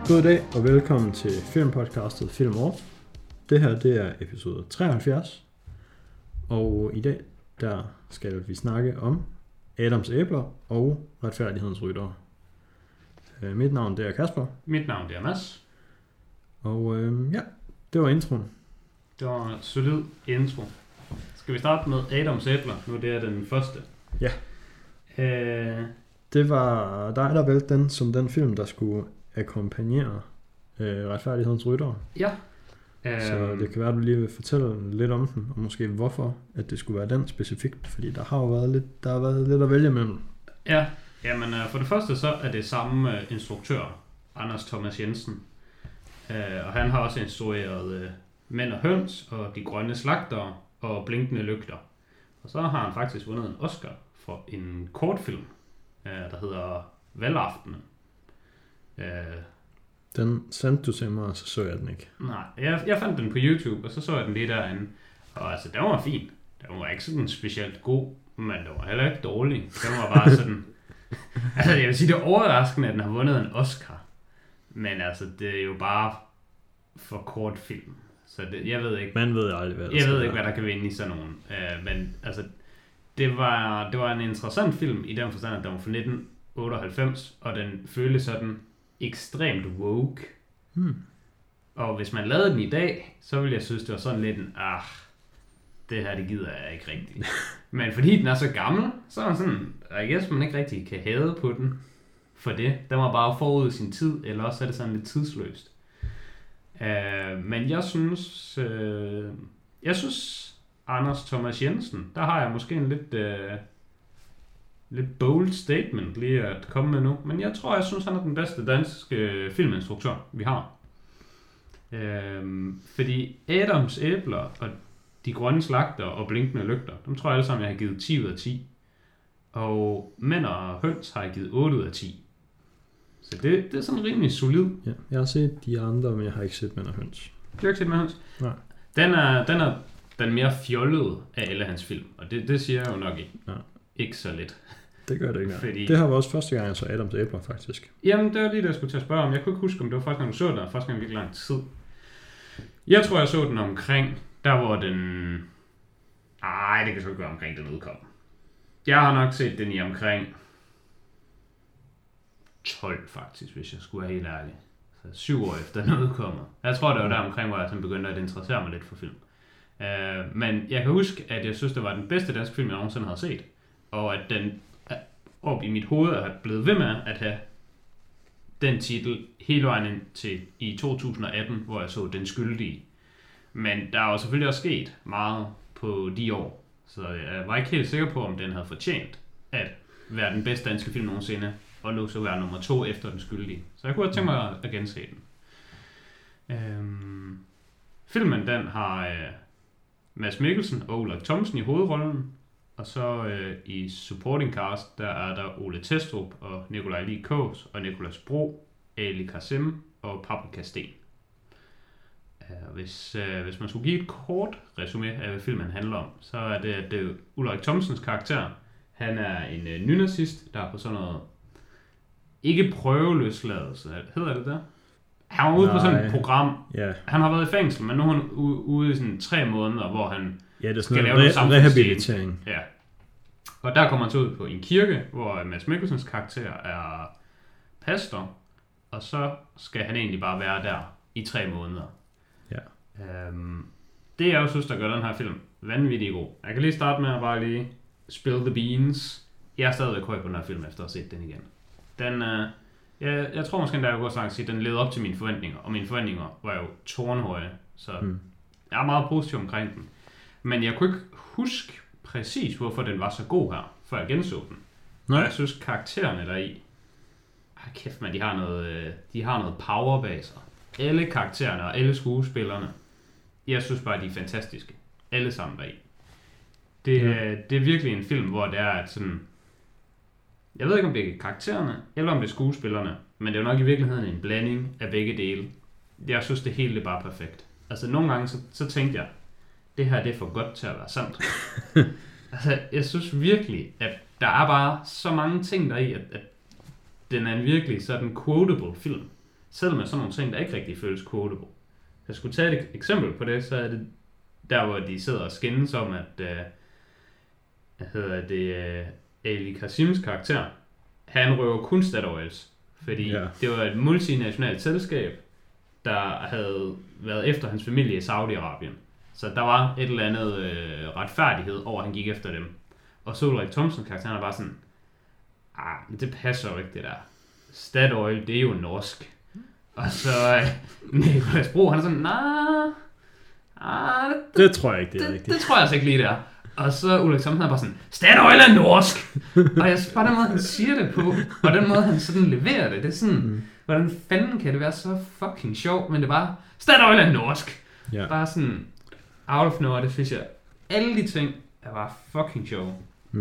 God dag og velkommen til filmpodcastet Film Off. Det her det er episode 73. Og i dag der skal vi snakke om Adams æbler og retfærdighedens ryttere. Mit navn det er Kasper. Mit navn det er Mads. Og det var introen. Det var en solid intro. Skal vi starte med Adams æbler? Nu det er den første. Ja. Det var dig der valgte den som den film der skulle akkompagnere retfærdighedens ryttere. Ja. Så det kan være, at du lige vil fortælle lidt om den, og måske hvorfor, at det skulle være den specifikt, fordi der har været lidt at vælge mellem. Ja, jamen for det første så er det samme instruktør, Anders Thomas Jensen, og han har også instrueret Mænd og høns, og De grønne slagtere, og Blinkende lygter. Og så har han faktisk vundet en Oscar for en kortfilm, der hedder Valgaftenen. Den sendte du til mig, og så jeg den ikke. Nej, jeg fandt den på YouTube, og så jeg den lige derinde. Og altså, den var fin. Den var ikke sådan specielt god, men den var heller ikke dårlig. Den var bare sådan... altså, jeg vil sige, det er overraskende, at den har vundet en Oscar. Men altså, det er jo bare for kort film. Så det, jeg ved ikke... Man ved aldrig, hvad der Jeg ved ikke, hvad der kan vinde i sådan nogen. Men altså, det var en interessant film i den forstand, at den var fra 1998, og den føltes sådan ekstremt woke. Og hvis man lavede den i dag, så ville jeg synes, det var sådan lidt en, det her, det gider jeg ikke rigtigt. Men fordi den er så gammel, så er man sådan, I guess man ikke rigtig kan hade på den for det. Den var bare forud sin tid, eller også er det sådan lidt tidsløst. Men jeg synes, Anders Thomas Jensen, der har jeg måske en lidt bold statement lige at komme med nu. Men jeg synes, han er den bedste danske filminstruktør, vi har. Fordi Adams æbler og De grønne slagtere og Blinkende lygter, dem tror jeg alle sammen, jeg har givet 10 ud af 10. Og Mænd og høns har jeg givet 8 ud af 10. Så det er sådan rimelig solid. Ja, jeg har set de andre, men jeg har ikke set Mænd og høns. Du har ikke set Mænd og høns? Nej. Den er den mere fjollede af alle hans film, og det siger jeg jo nok ikke så lidt. Det gør det ikke. Fordi... Det her var også første gang, jeg så Adams æbler, faktisk. Jamen, det var lige det, jeg skulle til at spørge om. Jeg kunne ikke huske, om det var første gang, du så den, første gang virkelig lang tid. Jeg tror, jeg så den omkring, der hvor den... Ej, det kan så ikke være omkring, den udkom. Jeg har nok set den i omkring 12, faktisk, hvis jeg skulle være helt ærlig. Så 7 år efter den udkommer. Jeg tror, det var der omkring, hvor jeg sådan begyndte at interessere mig lidt for film. Men jeg kan huske, at jeg synes, det var den bedste danske film, jeg nogensinde havde set. Og at den op i mit hoved er blevet ved med at have den titel hele vejen ind til i 2018, hvor jeg så Den skyldige. Men der er jo selvfølgelig også sket meget på de år, så jeg var ikke helt sikker på, om den havde fortjent at være den bedste danske film nogensinde, og nu så være nummer 2 efter Den skyldige. Så jeg kunne have tænkt mig at gense den. Filmen den har Mads Mikkelsen og Ulrik Thomsen i hovedrollen, og så i supporting cast, der er der Ole Testrup og Nikolaj Lie Kaas og Nicolas Bro, Ali Kasim og Paprika Sten. Hvis man skulle give et kort resumé af, hvad filmen handler om, så er det, at Ulrik Thomsens karakter, han er en nynazist, der er på sådan noget, ikke prøveløsladelse, hedder det der? Han var ude på sådan et program. Yeah. Han har været i fængsel, men nu er han ude i sådan 3 måneder, hvor han skal lave noget rehabilitering. Ja. Og der kommer han så ud på en kirke, hvor Mads Mikkelsens karakter er pastor, og så skal han egentlig bare være der i 3 måneder. Yeah. Det jeg også synes, der gør den her film vanvittig god. Jeg kan lige starte med at bare lige spill the beans. Jeg er stadigvæk høj på den her film, efter at have set den igen. Den jeg tror måske, jeg kunne sagt, at den levede op til mine forventninger, og mine forventninger var jo tårnhøje, så jeg er meget positiv omkring den. Men jeg kunne ikke huske præcis, hvorfor den var så god her, før jeg genså den. Og jeg synes, karaktererne deri, kæft man, de har noget power bag sig. Alle karaktererne og alle skuespillerne, jeg synes bare, de er fantastiske. Alle sammen deri. Det er virkelig en film, hvor det er at sådan... Jeg ved ikke, om det er karaktererne, eller om det er skuespillerne, men det er jo nok i virkeligheden en blanding af begge dele. Jeg synes, det hele er bare perfekt. Altså, nogle gange, så tænkte jeg, det her det er for godt til at være sandt. Altså, jeg synes virkelig, at der er bare så mange ting deri, at den er en virkelig sådan quotable film. selv med sådan nogle ting, der ikke rigtig føles quotable. Hvis jeg skulle tage et eksempel på det, så er det der, hvor de sidder og skændes om, at Ali Kasims karakter, han røver kun Statoils, fordi det var et multinationalt selskab, der havde været efter hans familie i Saudi-Arabien. Så der var et eller andet retfærdighed over, at han gik efter dem. Og så Ulrik Thomsen karakteren er bare sådan, men det passer jo ikke det der. Statoil, det er jo norsk. Og så Nicolas Bro, han er sådan, det tror jeg ikke, det er rigtigt. Det tror jeg altså ikke lige, det er. Og så Ulrik Thomsen er bare sådan, Statoil er norsk! Og jeg synes bare den måde, han siger det på, og den måde, han sådan leverer det, det er sådan, hvordan fanden kan det være så fucking sjovt, men det er bare, Statoil er norsk! Yeah. Bare sådan, out of nowhere, det synes jeg, alle de ting er bare fucking sjove.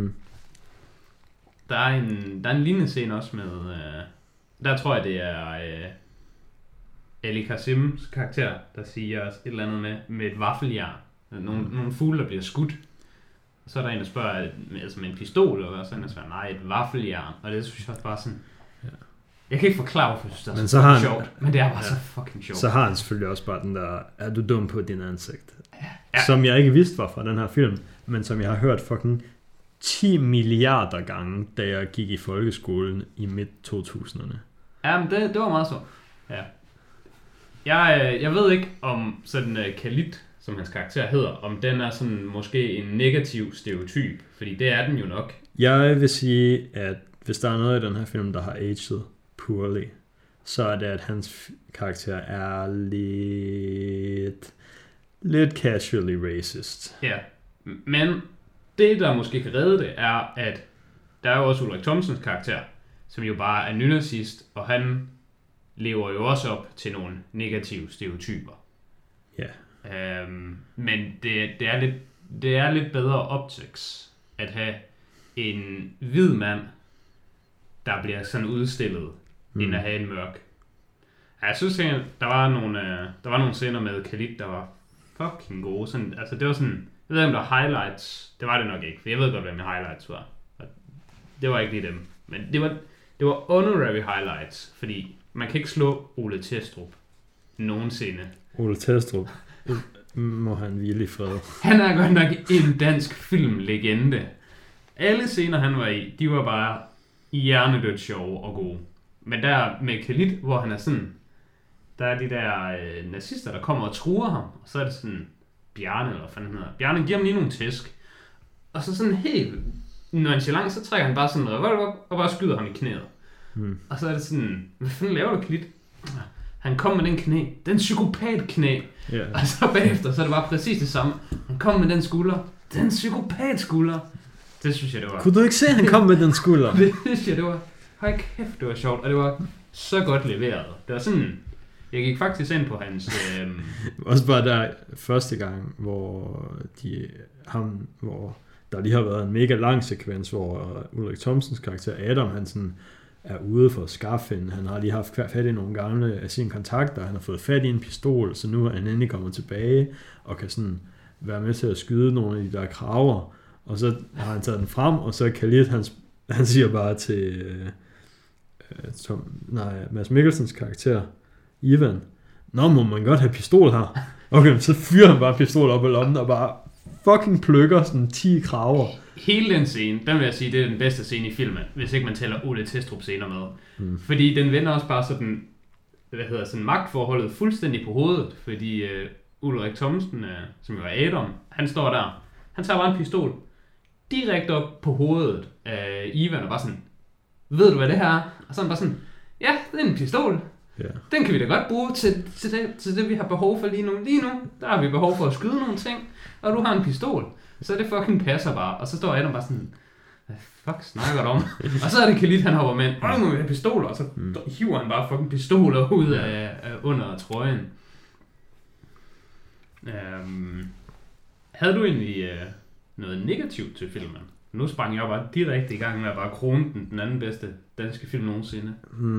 Der er en lignende scene også med, der tror jeg, det er Ali Kasims karakter, der siger et eller andet med et vaffeljern. Nogle fugle, der bliver skudt. Og så er der en, der spørger, altså med en pistol, og så er der svarer, nej, et vaffeljern. Og det synes jeg også bare sådan, jeg kan ikke forklare, hvorfor jeg synes, det er så fucking sjovt, men det er bare så fucking sjovt. Så har han selvfølgelig også bare den der, er du dum på din ansigt? Som jeg ikke vidste var fra den her film, men som jeg har hørt fucking 10 milliarder gange, da jeg gik i folkeskolen i midt-2000'erne. Ja, men det var meget så. Ja. Jeg ved ikke, om sådan Khalid, som hans karakter hedder, om den er sådan måske en negativ stereotyp, fordi det er den jo nok. Jeg vil sige, at hvis der er noget i den her film, der har aged poorly, så er det, at hans karakter er lidt casually racist. Ja, men det, der måske kan redde det, er, at der er jo også Ulrik Thomsens karakter, som jo bare er nynazist, og han lever jo også op til nogle negative stereotyper. Ja. Men det er lidt bedre optics at have en hvid mand, der bliver sådan udstillet, end at have en mørk. Jeg synes, at der var nogle scener med Khalid, der var fucking gode. Sådan, altså det var sådan, jeg ved ikke, om der var highlights. Det var det nok ikke, for jeg ved godt, hvad mine highlights var. Det var ikke lige dem. Men det var honorary highlights, fordi man kan ikke slå Ole Testrup nogensinde. Ole Testrup, må han hvile i fred. Han er godt nok en dansk filmlegende. Alle scener, han var i, de var bare hjernedødt sjove og gode. Men der med Khalid, hvor han er sådan, der er de der nazister, der kommer og truer ham, og så er det sådan, Bjarne, eller hvad fanden hedder. Bjarne giver ham lige nogle tæsk. Og så sådan helt nonchalant, så trækker han bare sådan noget, og bare skyder ham i knæet. Og så er det sådan, hvad fanden laver du, Khalid? Han kom med den knæ, den psykopat-knæ. Yeah. Og så bagefter, så er det bare præcis det samme. Han kom med den skulder, den psykopat-skulder. Det synes jeg, det var. Kunne du ikke se, at han kom med den skulder? Det synes jeg, det var. Hold kæft, det var sjovt, og det var så godt leveret. Det var sådan, jeg gik faktisk ind på hans... Også bare der første gang, hvor der lige har været en mega lang sekvens, hvor Ulrik Thomsens karakter Adam, han sådan er ude for at skaffe hende. Han har lige haft fat i nogle gamle af sine kontakter, han har fået fat i en pistol, så nu er han endelig kommet tilbage, og kan sådan være med til at skyde nogle af de der kraver, og så har han taget den frem, og så Khalid, han siger bare til Mads Mikkelsens karakter, Ivan, nå, må man godt have pistol her? Okay, så fyrer han bare pistol op i lommen, og bare fucking plukker sådan 10 kraver. Hele den scene, den vil jeg sige, det er den bedste scene i filmen, hvis ikke man tæller Ole Testrup scener med. Fordi den vender også bare sådan, sådan magtforholdet fuldstændig på hovedet, fordi Ulrik Thomsen, som jo er Adam, han står der, han tager bare en pistol direkte op på hovedet af Ivan, og bare sådan, ved du hvad det her er? Og så er han bare sådan, ja, det er en pistol. Yeah. Den kan vi da godt bruge til det, vi har behov for lige nu. Lige nu, der har vi behov for at skyde nogle ting, og du har en pistol. Så det fucking passer bare. Og så står Adam bare sådan, hvad fuck snakker du om? Og så er det Khalid, han hopper med, nu må vi have pistoler, og så hiver han bare fucking pistoler ud af under trøjen. Havde du egentlig noget negativt til filmen? Nu sprang jeg bare direkte i gang med at bare krone den anden bedste danske film nogensinde.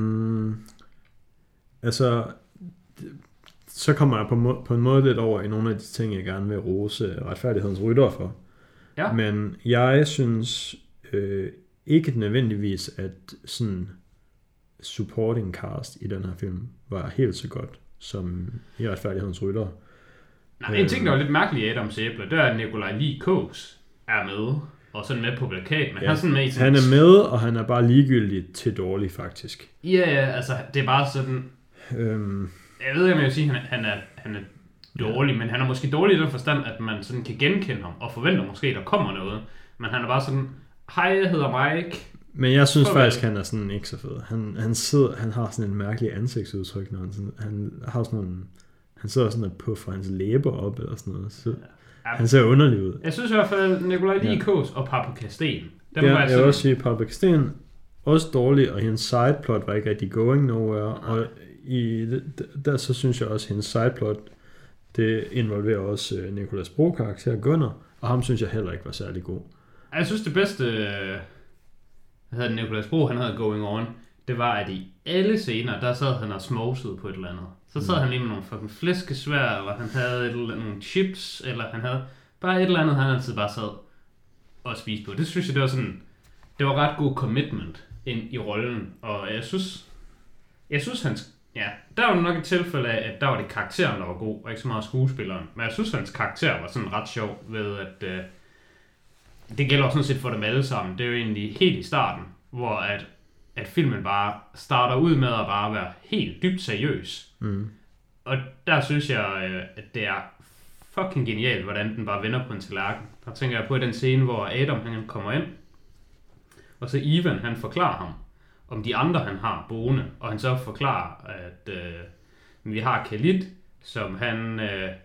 Altså, så kommer jeg på en måde lidt over i nogle af de ting, jeg gerne vil rose Retfærdighedens Rytter for. Ja. Men jeg synes ikke nødvendigvis, at sådan supporting cast i den her film var helt så godt som i Retfærdighedens Rytter. Nej, en ting, der var lidt mærkelig i Adams Æbler, det er, at Nikolaj Lie Kaas er med, og sådan med på plakat, men han er sådan med i sådan... Han er med, og han er bare ligegyldig til dårlig, faktisk. Ja, altså, det er bare sådan... Jeg ved ikke, om jeg vil sige, at han er dårlig, men han er måske dårlig i den forstand, at man sådan kan genkende ham, og forventer måske, at der kommer noget. Men han er bare sådan, hej, jeg hedder Mike. Men jeg synes faktisk, han er sådan ikke så fed. Han har sådan en mærkelig ansigtsudtryk, når han har sådan nogle... Han sidder sådan og puffer hans læber op, eller sådan noget. Så han ser underlig ud. Jeg synes i hvert fald, Nikolaj Lie Kaas og Paprika Steen. Jeg vil også sige, Paprika Steen også dårlig, og hendes sideplot var ikke rigtig going nowhere. Og der så synes jeg også, at hendes sideplot, det involverer også Nicolas Bro karakter Gunnar, og ham synes jeg heller ikke var særlig god. Jeg synes det bedste, Nicolas Bro, han havde going on, det var, at i alle scener, der sad han og smovsede på et eller andet. Så sad han lige med nogle fucking flæskesvær, eller han havde nogle chips, eller han havde bare et eller andet, han altid bare sad og spiste på. Det synes jeg, det var sådan, det var ret god commitment ind i rollen, og jeg synes hans, der var nok et tilfælde af, at der var det karakteren, der var god, og ikke så meget skuespilleren. Men jeg synes, hans karakter var sådan ret sjov ved, at det gælder også sådan set for dem alle sammen. Det er jo egentlig helt i starten, hvor at filmen bare starter ud med at bare være helt dybt seriøs. Og der synes jeg, at det er fucking genialt, hvordan den bare vender på en tallerken. Der tænker jeg på den scene, hvor Adam han kommer ind, og så Ivan han forklarer ham om de andre han har boende, og han så forklarer, at vi har Khalid, som han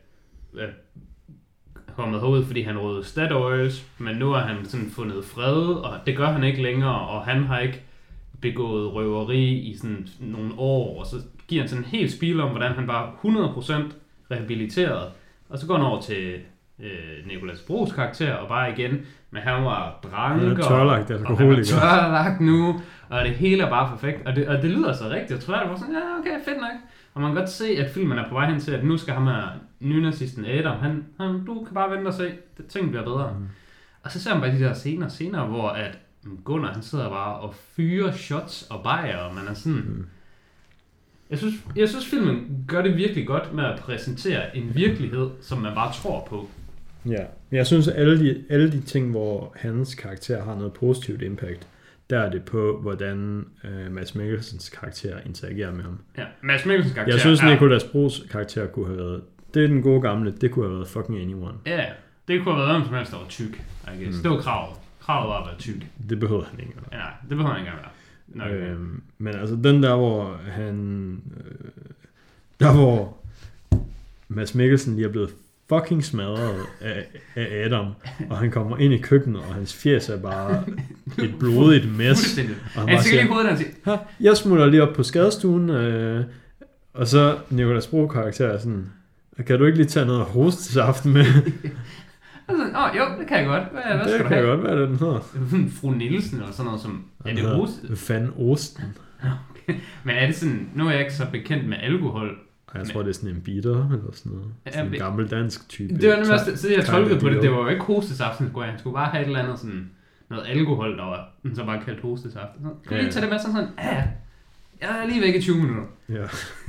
kommet herud, fordi han røde Statoils, men nu har han sådan fundet fred, og det gør han ikke længere, og han har ikke begået røveri i sådan nogle år, og så giver han sådan en helt spil om, hvordan han bare 100% rehabiliteret, og så går han over til Nicolas Bros karakter, og bare igen, men han var dranker, og han er tørlagt nu, og det hele er bare perfekt, og det lyder så rigtigt. Jeg tror, det var sådan, ja, okay, fedt nok. Og man kan godt se, at filmen er på vej hen til, at nu skal ham her nynazisten Adam, du kan bare vente og se, ting bliver bedre. Og så ser man bare de der scener, hvor at Gunnar, han sidder bare og fyrer shots og bajer, og man er sådan... Jeg synes filmen gør det virkelig godt med at præsentere en virkelighed, som man bare tror på. Ja, men jeg synes, at alle de ting, hvor hans karakter har noget positivt impact, der er det på, hvordan Mads Mikkelsens karakter interagerer med ham. Ja, Mads Mikkelsens karakter. Jeg synes, Nicolas Bros karakter kunne have været... Det er den gode gamle, det kunne have været fucking anyone. Ja, det kunne have været hvem som helst, der var tyk. Det var kravet. Kravet var at være tyk. Det behøvede han ikke. Ja, det behøver han ikke at være. Men altså den der, hvor han... hvor Mads Mikkelsen lige er blevet fucking smadret af Adam, og han kommer ind i køkkenet, og hans fjes er bare et blodigt mess. Og han siger lige hovedet, han siger, jeg smutter lige op på skadestuen, og så Nicolas Bro karakter er sådan, kan du ikke lige tage noget hostesaft med? Jo, det kan jeg godt. Hvad det skal kan du jeg have? godt, hvad er det, den hedder? Fru Nielsen eller sådan noget som... Er det ost? Van Osten. Okay. Men er det sådan... Nu er jeg ikke så bekendt med alkohol. Jeg tror, det er sådan en bitter eller sådan noget. Sådan en gammel dansk type. Det var nemlig også, så jeg tolkede på det. Det var jo ikke hostesaft, han skulle bare have et eller andet sådan... Noget alkohol, der var så bare kaldt hostesaft. Kan du lige tage det med sådan... Jeg er lige væk i 20 minutter. Ja.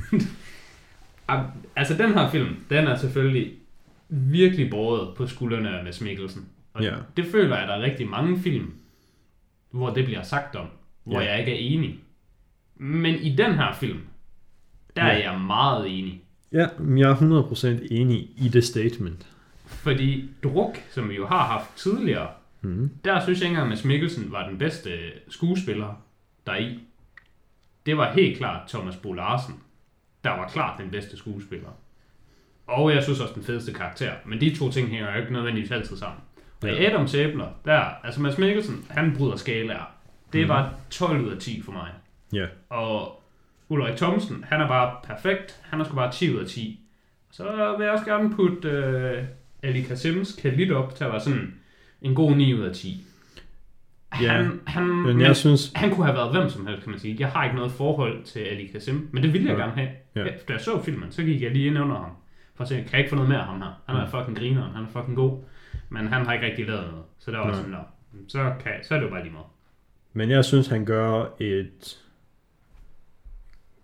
Altså, den her film, den er selvfølgelig virkelig båret på skuldrene af Mads Mikkelsen. Og det føler jeg, der er rigtig mange film, hvor det bliver sagt om, hvor jeg ikke er enig. Men i den her film, der er jeg meget enig. Ja, jeg er 100% enig i det statement. Fordi Druk, som vi jo har haft tidligere, der synes jeg ikke, at Mads Mikkelsen var den bedste skuespiller deri. Det var helt klart Thomas Bo Larsen, der var klart den bedste skuespiller. Og jeg synes også den fedeste karakter. Men de to ting hænger jo ikke nødvendigvis altid sammen. Og i Adams Æbler, der, altså Mads Mikkelsen, han bryder skalaer. Det er bare 12 ud af 10 for mig. Ja. Og Ulrik Thomsen, han er bare perfekt. Han er sgu bare 10 ud af 10. Så vil jeg også gerne putte Ali Kasims Khalid op til at være sådan en god 9 ud af 10. Men jeg synes... han kunne have været hvem som helst, kan man sige. Jeg har ikke noget forhold til Ali Kasim, men det ville jeg gerne have. Ja. Da jeg så filmen, så gik jeg lige ind under ham. For at se, kan jeg ikke få noget mere af ham her? Han er fucking grineren, han er fucking god. Men han har ikke rigtig lavet noget. Så der var sådan, så er det jo bare lige meget. Men jeg synes, han gør et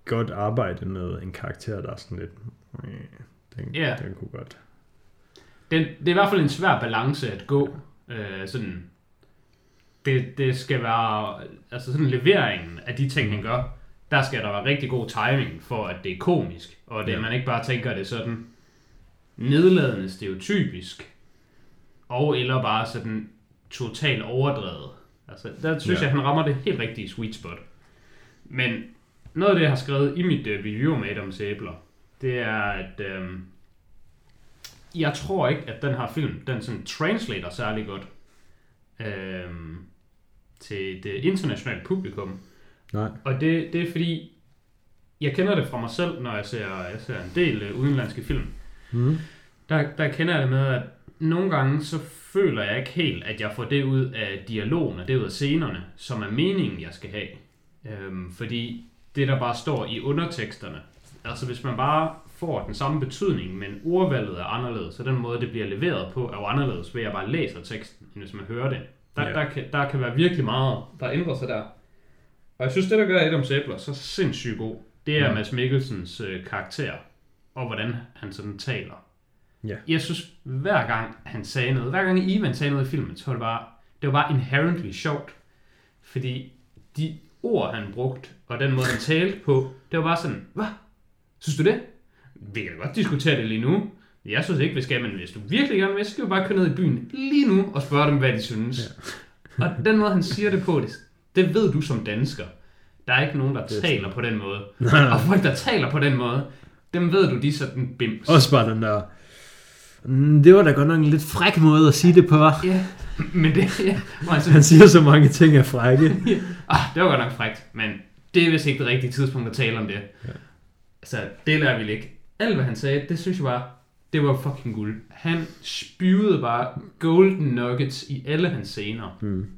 godt arbejde med en karakter, der er sådan lidt... Den kunne godt... Det er i hvert fald en svær balance at gå. Sådan... Det skal være... Altså sådan leveringen af de ting, han gør, der skal der være rigtig god timing for, at det er komisk. Og det, man ikke bare tænker det sådan nedladende stereotypisk. Og eller bare sådan totalt overdrevet. Altså, der synes jeg, han rammer det helt rigtige sweet spot. Men noget af det, jeg har skrevet i mit review med Adams æbler, det er, at jeg tror ikke, at den her film, den sådan translater særlig godt til det internationale publikum. Nej. Og det er fordi, jeg kender det fra mig selv, når jeg ser en del udenlandske film. Der kender jeg det med, at nogle gange så føler jeg ikke helt, at jeg får det ud af dialogen, og det ud af scenerne, som er meningen, jeg skal have. Fordi det, der bare står i underteksterne, altså hvis man bare får den samme betydning, men ordvalget er anderledes, så den måde, det bliver leveret på, er jo anderledes, ved at jeg bare læser teksten, end hvis man hører det. Der kan være virkelig meget, der ændrer sig der. Og jeg synes, det, der gør Adams æbler så sindssygt god, det er Mads Mikkelsens karakter, og hvordan han sådan taler. Ja. Jeg synes, hver gang han sagde noget, hver gang Ivan sagde noget i filmen, så var det var bare inherently sjovt. Fordi de ord, han brugte, og den måde, han talte på, det var bare sådan, hvad? Synes du det? Vi kan godt diskutere det lige nu. Jeg synes ikke, vi skal, men hvis du virkelig gerne vil, så skal vi bare køre ned i byen lige nu og spørge dem, hvad de synes. Ja. Og den måde, han siger det på, det ved du som dansker. Der er ikke nogen, der taler på den måde. Og folk, der taler på den måde, dem ved du, de er sådan bims. Også bare den der... Det var da godt nok en lidt fræk måde at sige det på. Ja, men det... Ja, altså, han siger så mange ting er frække. Det var godt nok frækt, men det er vist ikke det rigtige tidspunkt at tale om det. Ja. Altså, det lader vi ikke. Alt, hvad han sagde, det synes jeg bare, det var fucking guld. Han spyvede bare golden nuggets i alle hans scener.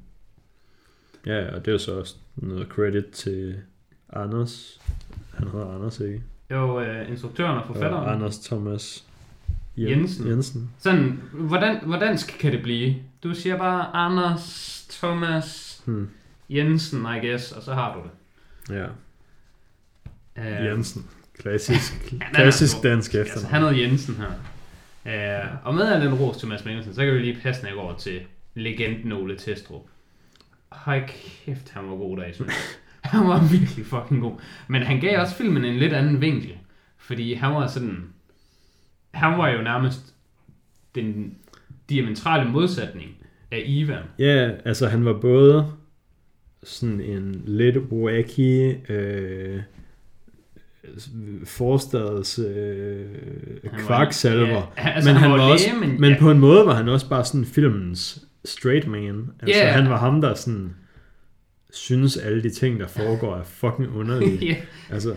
Ja, og det er jo så også noget credit til Anders. Han hedder Anders, ikke? Jo, instruktøren og forfatteren. Anders Thomas Jensen. Sådan, hvordan kan det blive? Du siger bare Anders Thomas Jensen, I guess, og så har du det. Ja. Jensen. Klassisk dansk efternavn. Altså, han hedder Jensen her. Og med al den ros til Mads Mikkelsen, så kan vi lige passende gå over til legenden Ole Testrup. Høj kæft, han var god der i Han var virkelig fucking god. Men han gav også filmen en lidt anden vinkel. Fordi han var jo nærmest den diametrale modsætning af Ivan. Ja, altså han var både sådan en lidt wacky forstads kvaksalver, altså men han var også, men på en måde var han også bare sådan filmens straight man. Altså han var ham, der sådan synes alle de ting, der foregår, er fucking underlige. Altså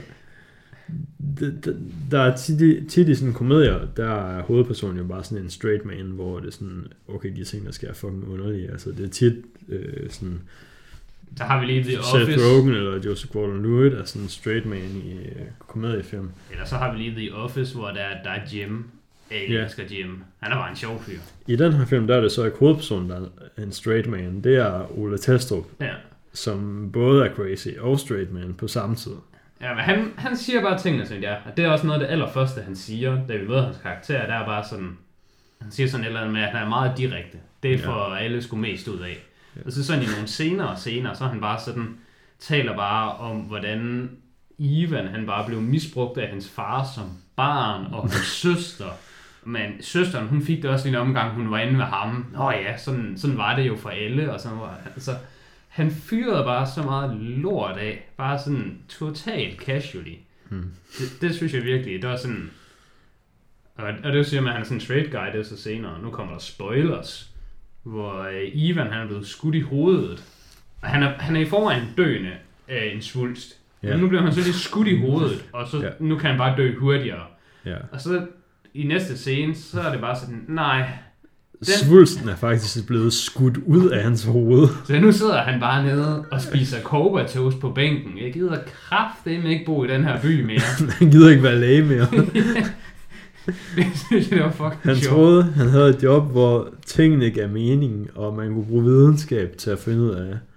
der er tit i sådan komedier, der er hovedpersonen jo bare sådan en straight man, hvor det er sådan, okay, de ting, der sker, er fucking underlige. Altså det er tit sådan... Der har vi lige The Office. Seth Rogen eller Joseph Gordon-Levitt er sådan en straight man i komediefilm. Eller så har vi lige The Office, hvor der er Jim. Jeg elsker Jim. Han er bare en sjov fyr. I den her film, der er det så ikke hovedpersonen, der er en straight man. Det er Ole Testrup, som både er crazy og straight man på samme tid. Ja, men han siger bare tingene, som det er. Og det er også noget af det allerførste, han siger, da vi møder hans karakter. Der er bare sådan, han siger sådan et eller andet med, at han er meget direkte. Det er for alle skulle mest ud af. Og så sådan i nogle senere, så han bare sådan, taler bare om, hvordan Ivan, han bare blev misbrugt af hans far som barn, og hans søster. Men søsteren, hun fik det også i en omgang, hun var inde med ham. Sådan var det jo for alle, og sådan var altså, han fyrede bare så meget lort af, bare sådan totalt casually. Det synes jeg virkelig, det var sådan, og det siger man, at han er sådan en straight guy, det er så senere, nu kommer der spoilers, hvor Ivan, han er blevet skudt i hovedet, og han er i forvejen døende af en svulst, men nu bliver han så lige skudt i hovedet, og så nu kan han bare dø hurtigere, og så i næste scene, så er det bare sådan, nej, svulsten er faktisk blevet skudt ud af hans hoved. Så nu sidder han bare nede og spiser cowboy-toast på bænken. Jeg gider kraftedeme ikke bo i den her by mere. Han gider ikke være læge mere. Det synes jeg, det var fucking Han troede, han havde et job, hvor tingene gav mening, og man kunne bruge videnskab til at finde ud af,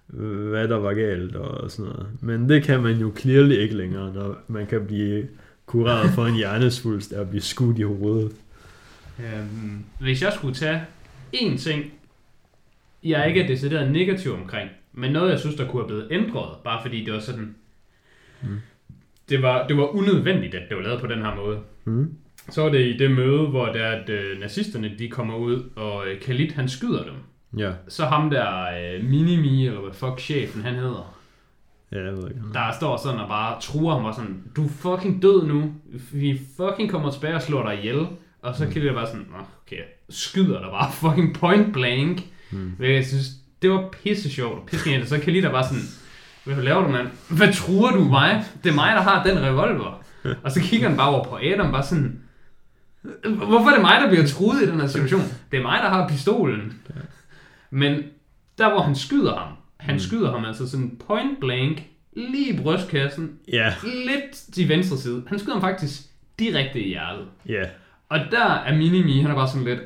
hvad der var galt og sådan noget. Men det kan man jo clearly ikke længere, når man kan blive kureret for en hjernesvulst af at blive skudt i hovedet. Hvis jeg skulle tage én ting, jeg ikke er decideret negativ omkring, men noget, jeg synes, der kunne have blevet ændret, bare fordi det var sådan... Det var unødvendigt, at det var lavet på den her måde. Så var det i det møde, hvor der at nazisterne de kommer ud, og Khalid han skyder dem. Ja. Så ham der Minimi, eller hvad fuck chefen han hedder, ja, jeg ved ikke. Der står sådan og bare truer ham og sådan, du er fucking død nu, vi fucking kommer tilbage og slår dig ihjel. Og så kan det bare sådan, okay, skyder der bare fucking point blank. Jeg synes, det var pisse sjovt, pisse. Så kan der bare sådan, hvad laver du, mand? Hvad truer du mig? Det er mig, der har den revolver. Og så kigger han bare over på Adam, bare sådan, hvorfor er det mig, der bliver truet i den her situation? Det er mig, der har pistolen. Men der, hvor han skyder ham, skyder ham altså sådan point blank, lige i brystkassen, lidt til venstre side. Han skyder ham faktisk direkte i hjertet. Og der er Minimi, han er bare sådan lidt,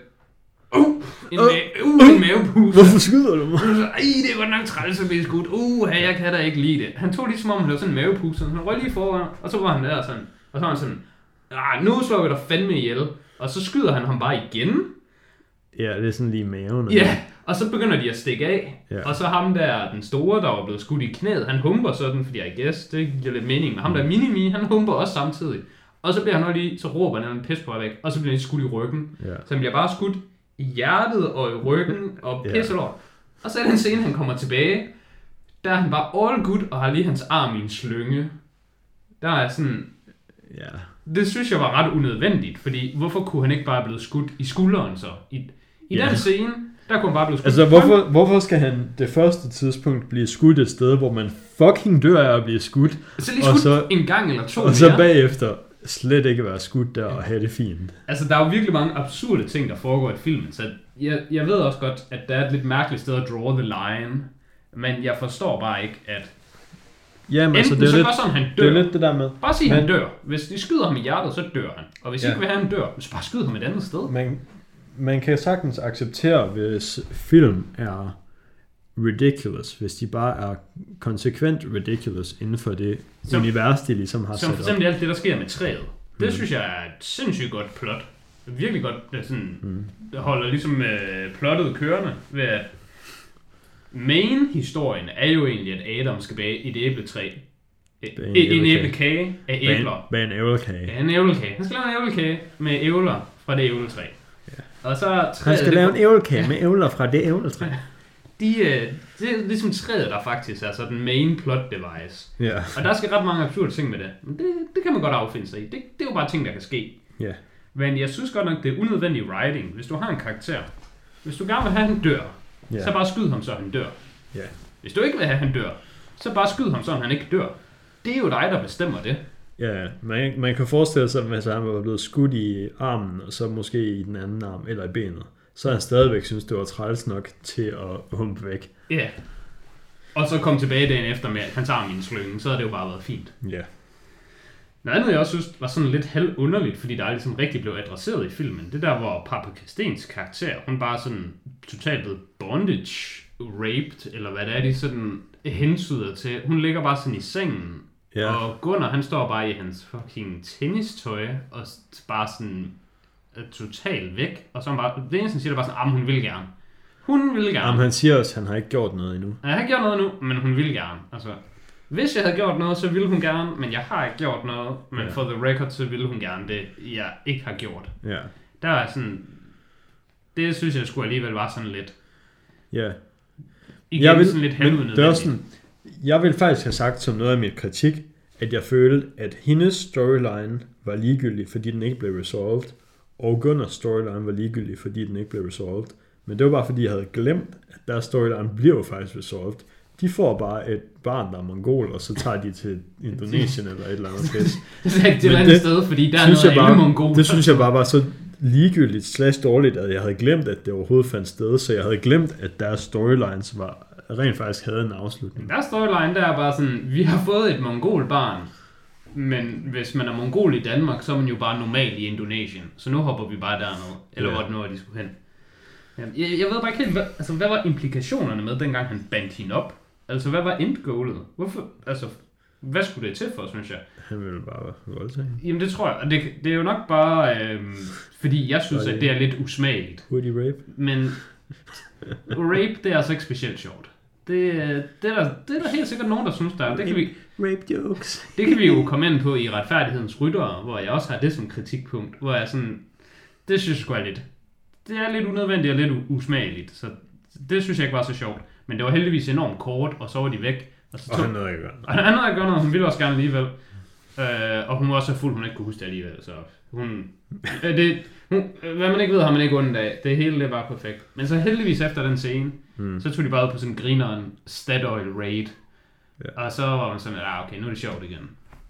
en mavepuse. Hvorfor skyder du mig? Det er godt nok træls at blive skudt. Jeg kan da ikke lide det. Han tog lige som om, han havde sådan en mavepuse. Han røg lige foran, og så var han der sådan. Og så var han sådan, nu slår vi dig fandme ihjel. Og så skyder han ham bare igen. Ja, det er sådan lige maven. Ja, og så begynder de at stikke af. Og så ham der, den store, der var blevet skudt i knæet, han humper sådan, fordi I guess, det giver lidt mening. Men ham der Minimi, han humper også samtidig. Og så bliver han også lige, så råber han en pis på væk, og så bliver han skudt i ryggen. Så han bliver bare skudt i hjertet og i ryggen og pisser over. Og så er den scene, han kommer tilbage, der er han bare all good og har lige hans arm i en slynge. Der er sådan... Det synes jeg var ret unødvendigt, fordi hvorfor kunne han ikke bare blive skudt i skulderen så? I den scene, der kunne han bare blive skudt. Altså hvorfor skal han det første tidspunkt blive skudt et sted, hvor man fucking dør af at blive skudt? Så lige skudt en gang eller to. Og så bagefter slet ikke være skudt der og have det fint. Altså der er jo virkelig mange absurde ting, der foregår i filmen, så jeg ved også godt, at der er et lidt mærkeligt sted at draw the line, men jeg forstår bare ikke, at jamen, altså, det er så lidt, sådan, han dør. Det er lidt det der med. Bare sig, han dør. Hvis de skyder ham i hjertet, så dør han. Og hvis I ikke vil have, han dør, så bare skyd ham et andet sted. Man kan sagtens acceptere, hvis film er ridiculous, hvis de bare er konsekvent ridiculous inden for det univers, de ligesom har sat op. Som for eksempel alt det, der sker med træet. Det synes jeg er et sindssygt godt plot. Virkelig godt, det holder ligesom plottet kørende ved at main-historien er jo egentlig, at Adam skal bage et æbletræ. En æblekage af æbler. Bage en æblekage. Ja, en æblekage. Han skal lave en æblekage med æbler fra det æbletræ. Og så han skal lave en æblekage med æbler fra det æbletræ. Det er ligesom træet, der faktisk er sådan main plot device. Og der skal ret mange absurde ting med det. Men det kan man godt affinde sig i. Det er jo bare ting, der kan ske. Men jeg synes godt nok, det er unødvendig writing. Hvis du har en karakter, hvis du gerne vil have, han dør, så bare skyd ham, så han dør. Hvis du ikke vil have, han dør, så bare skyd ham, så han ikke dør. Det er jo dig, der bestemmer det. Ja, man kan forestille sig, at han var blevet skudt i armen, og så måske i den anden arm, eller i benet. Så han stadigvæk synes, det var træls nok til at humpe væk. Ja. Og så kom tilbage dagen efter med, at han tager min slynge, så havde det jo bare været fint. Noget andet, jeg også synes, var sådan lidt halvunderligt, fordi der ligesom rigtig blev adresseret i filmen. Det der, hvor Papa Kastens karakter, hun bare sådan totalt blevet bondage, raped, eller hvad det er, de sådan hensyder til. Hun ligger bare sådan i sengen, og Gunnar, han står bare i hans fucking tennistøj, og bare sådan totalt væk. Og så bare, det eneste, han siger, bare sådan, hun vil gerne. Hun vil gerne. Jamen, han siger også, at han har ikke gjort noget endnu. Jeg har ikke gjort noget endnu, men hun vil gerne. Altså, hvis jeg havde gjort noget, så ville hun gerne, men jeg har ikke gjort noget. Men for the record, så ville hun gerne det, jeg ikke har gjort. Der er sådan, det synes jeg skulle alligevel var sådan lidt. Igen, jeg vil, sådan lidt helvede. Jeg vil faktisk have sagt som noget af mit kritik, at jeg følte, at hendes storyline var ligegyldig, fordi den ikke blev resolved, og Gunnars storyline var ligegyldig, fordi den ikke blev resolved. Men det var bare fordi, jeg havde glemt, at deres storyline bliver faktisk resolved. De får bare et barn, der er mongol, og så tager de til Indonesien eller et eller andet sted. Det er et eller andet sted, fordi der er noget mongol. Det synes jeg bare var så ligegyldigt / dårligt, at jeg havde glemt, at det overhovedet fandt sted, så jeg havde glemt, at deres storylines var rent faktisk havde en afslutning. Deres storyline, der er bare sådan, vi har fået et mongolbarn, men hvis man er mongol i Danmark, så er man jo bare normal i Indonesien. Så nu hopper vi bare dernede, eller hvor det nu er, de skulle hen. Jeg ved bare ikke helt, hvad var implikationerne med, dengang han bandt hende op? Altså, hvad var endgoalet? Hvorfor? Altså, hvad skulle det til for, synes jeg? Han ville bare voldtage. Jamen, det tror jeg. Og det er jo nok bare, fordi jeg synes, at det er lidt usmageligt. Woody rape? Men rape, det er altså ikke specielt sjovt. Det er der helt sikkert nogen, der synes, der er. Rape jokes. Det kan vi jo komme ind på i Retfærdighedens Ryttere, hvor jeg også har det som kritikpunkt, hvor jeg sådan, det synes jeg sgu er lidt, det er lidt unødvendigt og lidt usmageligt, så det synes jeg ikke var så sjovt. Men det var heldigvis enormt kort, og så var de væk. Og han nåede ikke gøre noget. Og han nåede ikke gøre noget, hun ville også gerne alligevel. Og hun var også så fuld, hun ikke kunne huske det alligevel, så hvad man ikke ved, har man ikke ondt af. Det hele det var perfekt. Men så heldigvis efter den scene, så tog de bare ud på sådan en grineren Statoil raid. Ja. Og så var man sådan, okay, nu er det sjovt igen.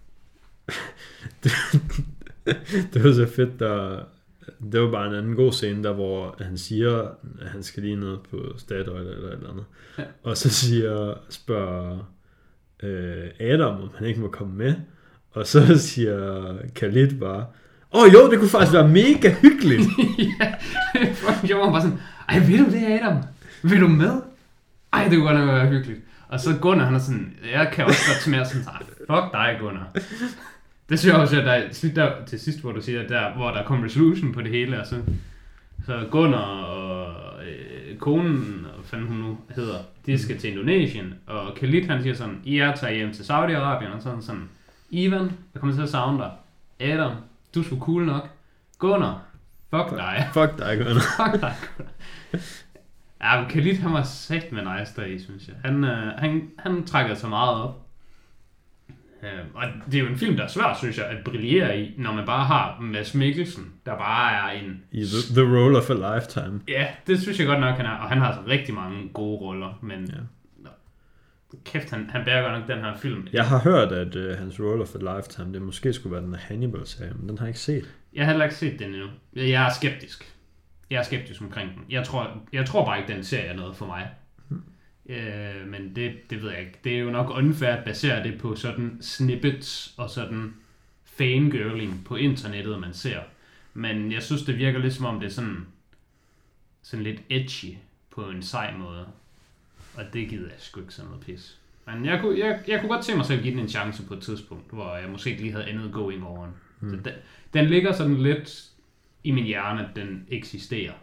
Det var så fedt, det var bare en anden god scene, der hvor han siger, at han skal lige ned på Statoil eller et eller andet. Ja. Og så spørger Adam, om han ikke må komme med. Og så siger Khalid bare, jo, det kunne faktisk være mega hyggeligt. Ja, jeg var bare sådan, ved du det, Adam? Vil du med? Det kunne godt være hyggeligt. Og så Gunnar, han er sådan, jeg kan også godt smage sådan, fuck dig, Gunnar. Det synes jeg også, at der til sidst, hvor du siger, der, hvor der kom resolution på det hele, og så Gunnar og konen, og hvad fanden hun nu hedder, de skal til Indonesien, og Khalid, han siger sådan, jeg tager hjem til Saudi-Arabien, og sådan, Ivan, jeg kommer til at savne dig. Adam, du er sgu cool nok. Gunnar, fuck dig. Fuck dig, Gunnar. Fuck dig, Gunnar. Ja, men Khalid, han var sagt med nice deri, synes jeg. Han trækker så meget op. Og det er jo en film, der er svært, synes jeg, at brillere i, når man bare har Mads Mikkelsen, der bare er en... I the role of a lifetime. Ja, det synes jeg godt nok, han er. Og han har altså rigtig mange gode roller, men... Ja. Kæft, han bærer godt nok den her film. Jeg har hørt, at hans role of a lifetime, det måske skulle være den Hannibal-serie, men den har jeg ikke set. Jeg har heller ikke set den endnu. Jeg er skeptisk. Omkring den. Jeg tror bare ikke, den serie er noget for mig. Men det ved jeg ikke. Det er jo nok unfair at basere det på sådan snippets og sådan fangirling på internettet, man ser. Men jeg synes, det virker lidt som om, det er sådan lidt edgy på en sej måde. Og det gider jeg sgu ikke sådan noget pis. Men jeg kunne godt tænke mig selv at give den en chance på et tidspunkt, hvor jeg måske ikke lige havde andet going on. Den ligger sådan lidt i min hjerne, at den eksisterer.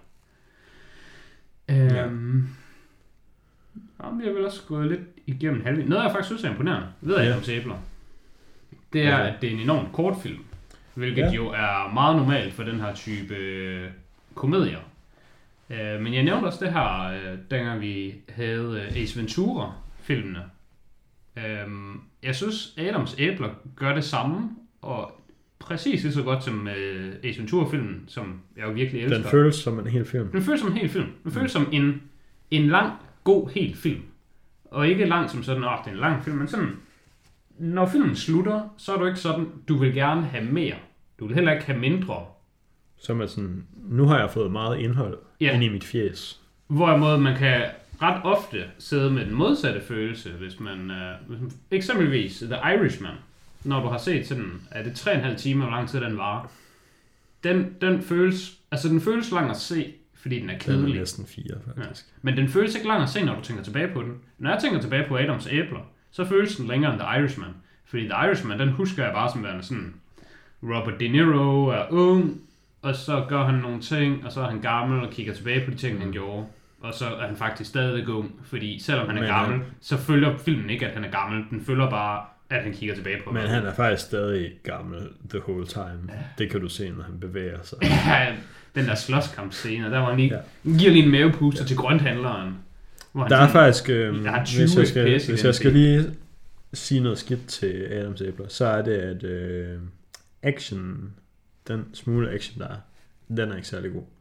Jeg vil også gå lidt igennem halvdelen. Noget jeg faktisk synes er imponerende ved Adams æbler, det er, at det er en enormt kort film, hvilket jo er meget normalt for den her type komedier. Men jeg nævnte også det her, dengang vi havde Ace Ventura-filmene. Jeg synes, Adams æbler gør det samme, og præcis lige så godt som Ace Ventura-filmen, som jeg jo virkelig elsker. Den føles som en hel film. Den føles som en hel film. Den føles som en lang, god, hel film. Og ikke lang som sådan, det er en lang film, men sådan, når filmen slutter, så er du ikke sådan, du vil gerne have mere. Du vil heller ikke have mindre. Som er sådan, nu har jeg fået meget indhold ind i mit fjes. Hvorimod man kan ret ofte sidde med den modsatte følelse, hvis man eksempelvis The Irishman, når du har set sådan, er det 3,5 timer, hvor lang tid den varer. Den føles lang at se, fordi den er kedelig. Den er næsten 4, faktisk. Ja. Men den føles ikke lang at se, når du tænker tilbage på den. Når jeg tænker tilbage på Adams æbler, så føles den længere end The Irishman. Fordi The Irishman, den husker jeg bare som værende sådan, Robert De Niro er ung, og så gør han nogle ting, og så er han gammel og kigger tilbage på de ting, han gjorde. Og så er han faktisk stadig ung, fordi selvom han er gammel, så følger filmen ikke, at han er gammel. Den følger bare, at han kigger tilbage på. Men han er faktisk stadig gammel the whole time. Ja. Det kan du se, når han bevæger sig. Ja, den der slåskampscene, der var han lige, giver lige en mavepuster til grønthandleren. Der er faktisk, hvis jeg skal lige sige noget skidt til Adams æbler, så er det, at action, den smule action, der er, den er ikke særlig god.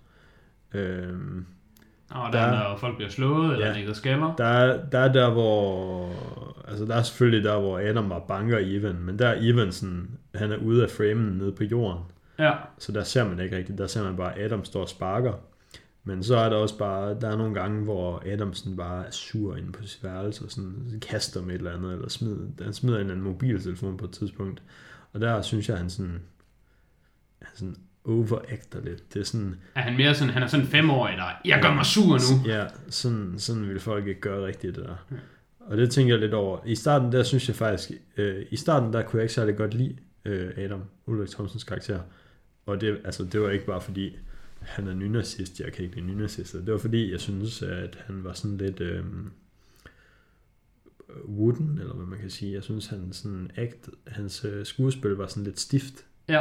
Og der er, når folk bliver slået, eller ikke skaller. Der er der, hvor... Altså, der er selvfølgelig der, hvor Adam bare banker Evan, men der er Evan sådan, han er ude af framen nede på jorden. Ja. Så der ser man ikke rigtigt. Der ser man bare, Adam står og sparker. Men så er der også bare, der er nogle gange, hvor Adam sådan bare er sur inde på sit værelse, og sådan kaster med et eller andet, eller han smider en eller anden mobiltelefon på et tidspunkt. Og der synes jeg, han sådan overacter lidt. Det er sådan... Er han mere sådan, han er sådan 5-årig, der, jeg gør mig sur nu. Ja, sådan vil folk ikke gøre rigtigt det der. Og det tænker jeg lidt over. I starten der synes jeg faktisk, der kunne jeg ikke særlig godt lide Adam Ulrik Thomsens karakter. Og det var ikke bare fordi, han er nynazist, jeg kan ikke lide nynazister. Det var fordi, jeg synes, at han var sådan lidt wooden, eller hvad man kan sige. Jeg synes, hans skuespil var sådan lidt stift. Ja.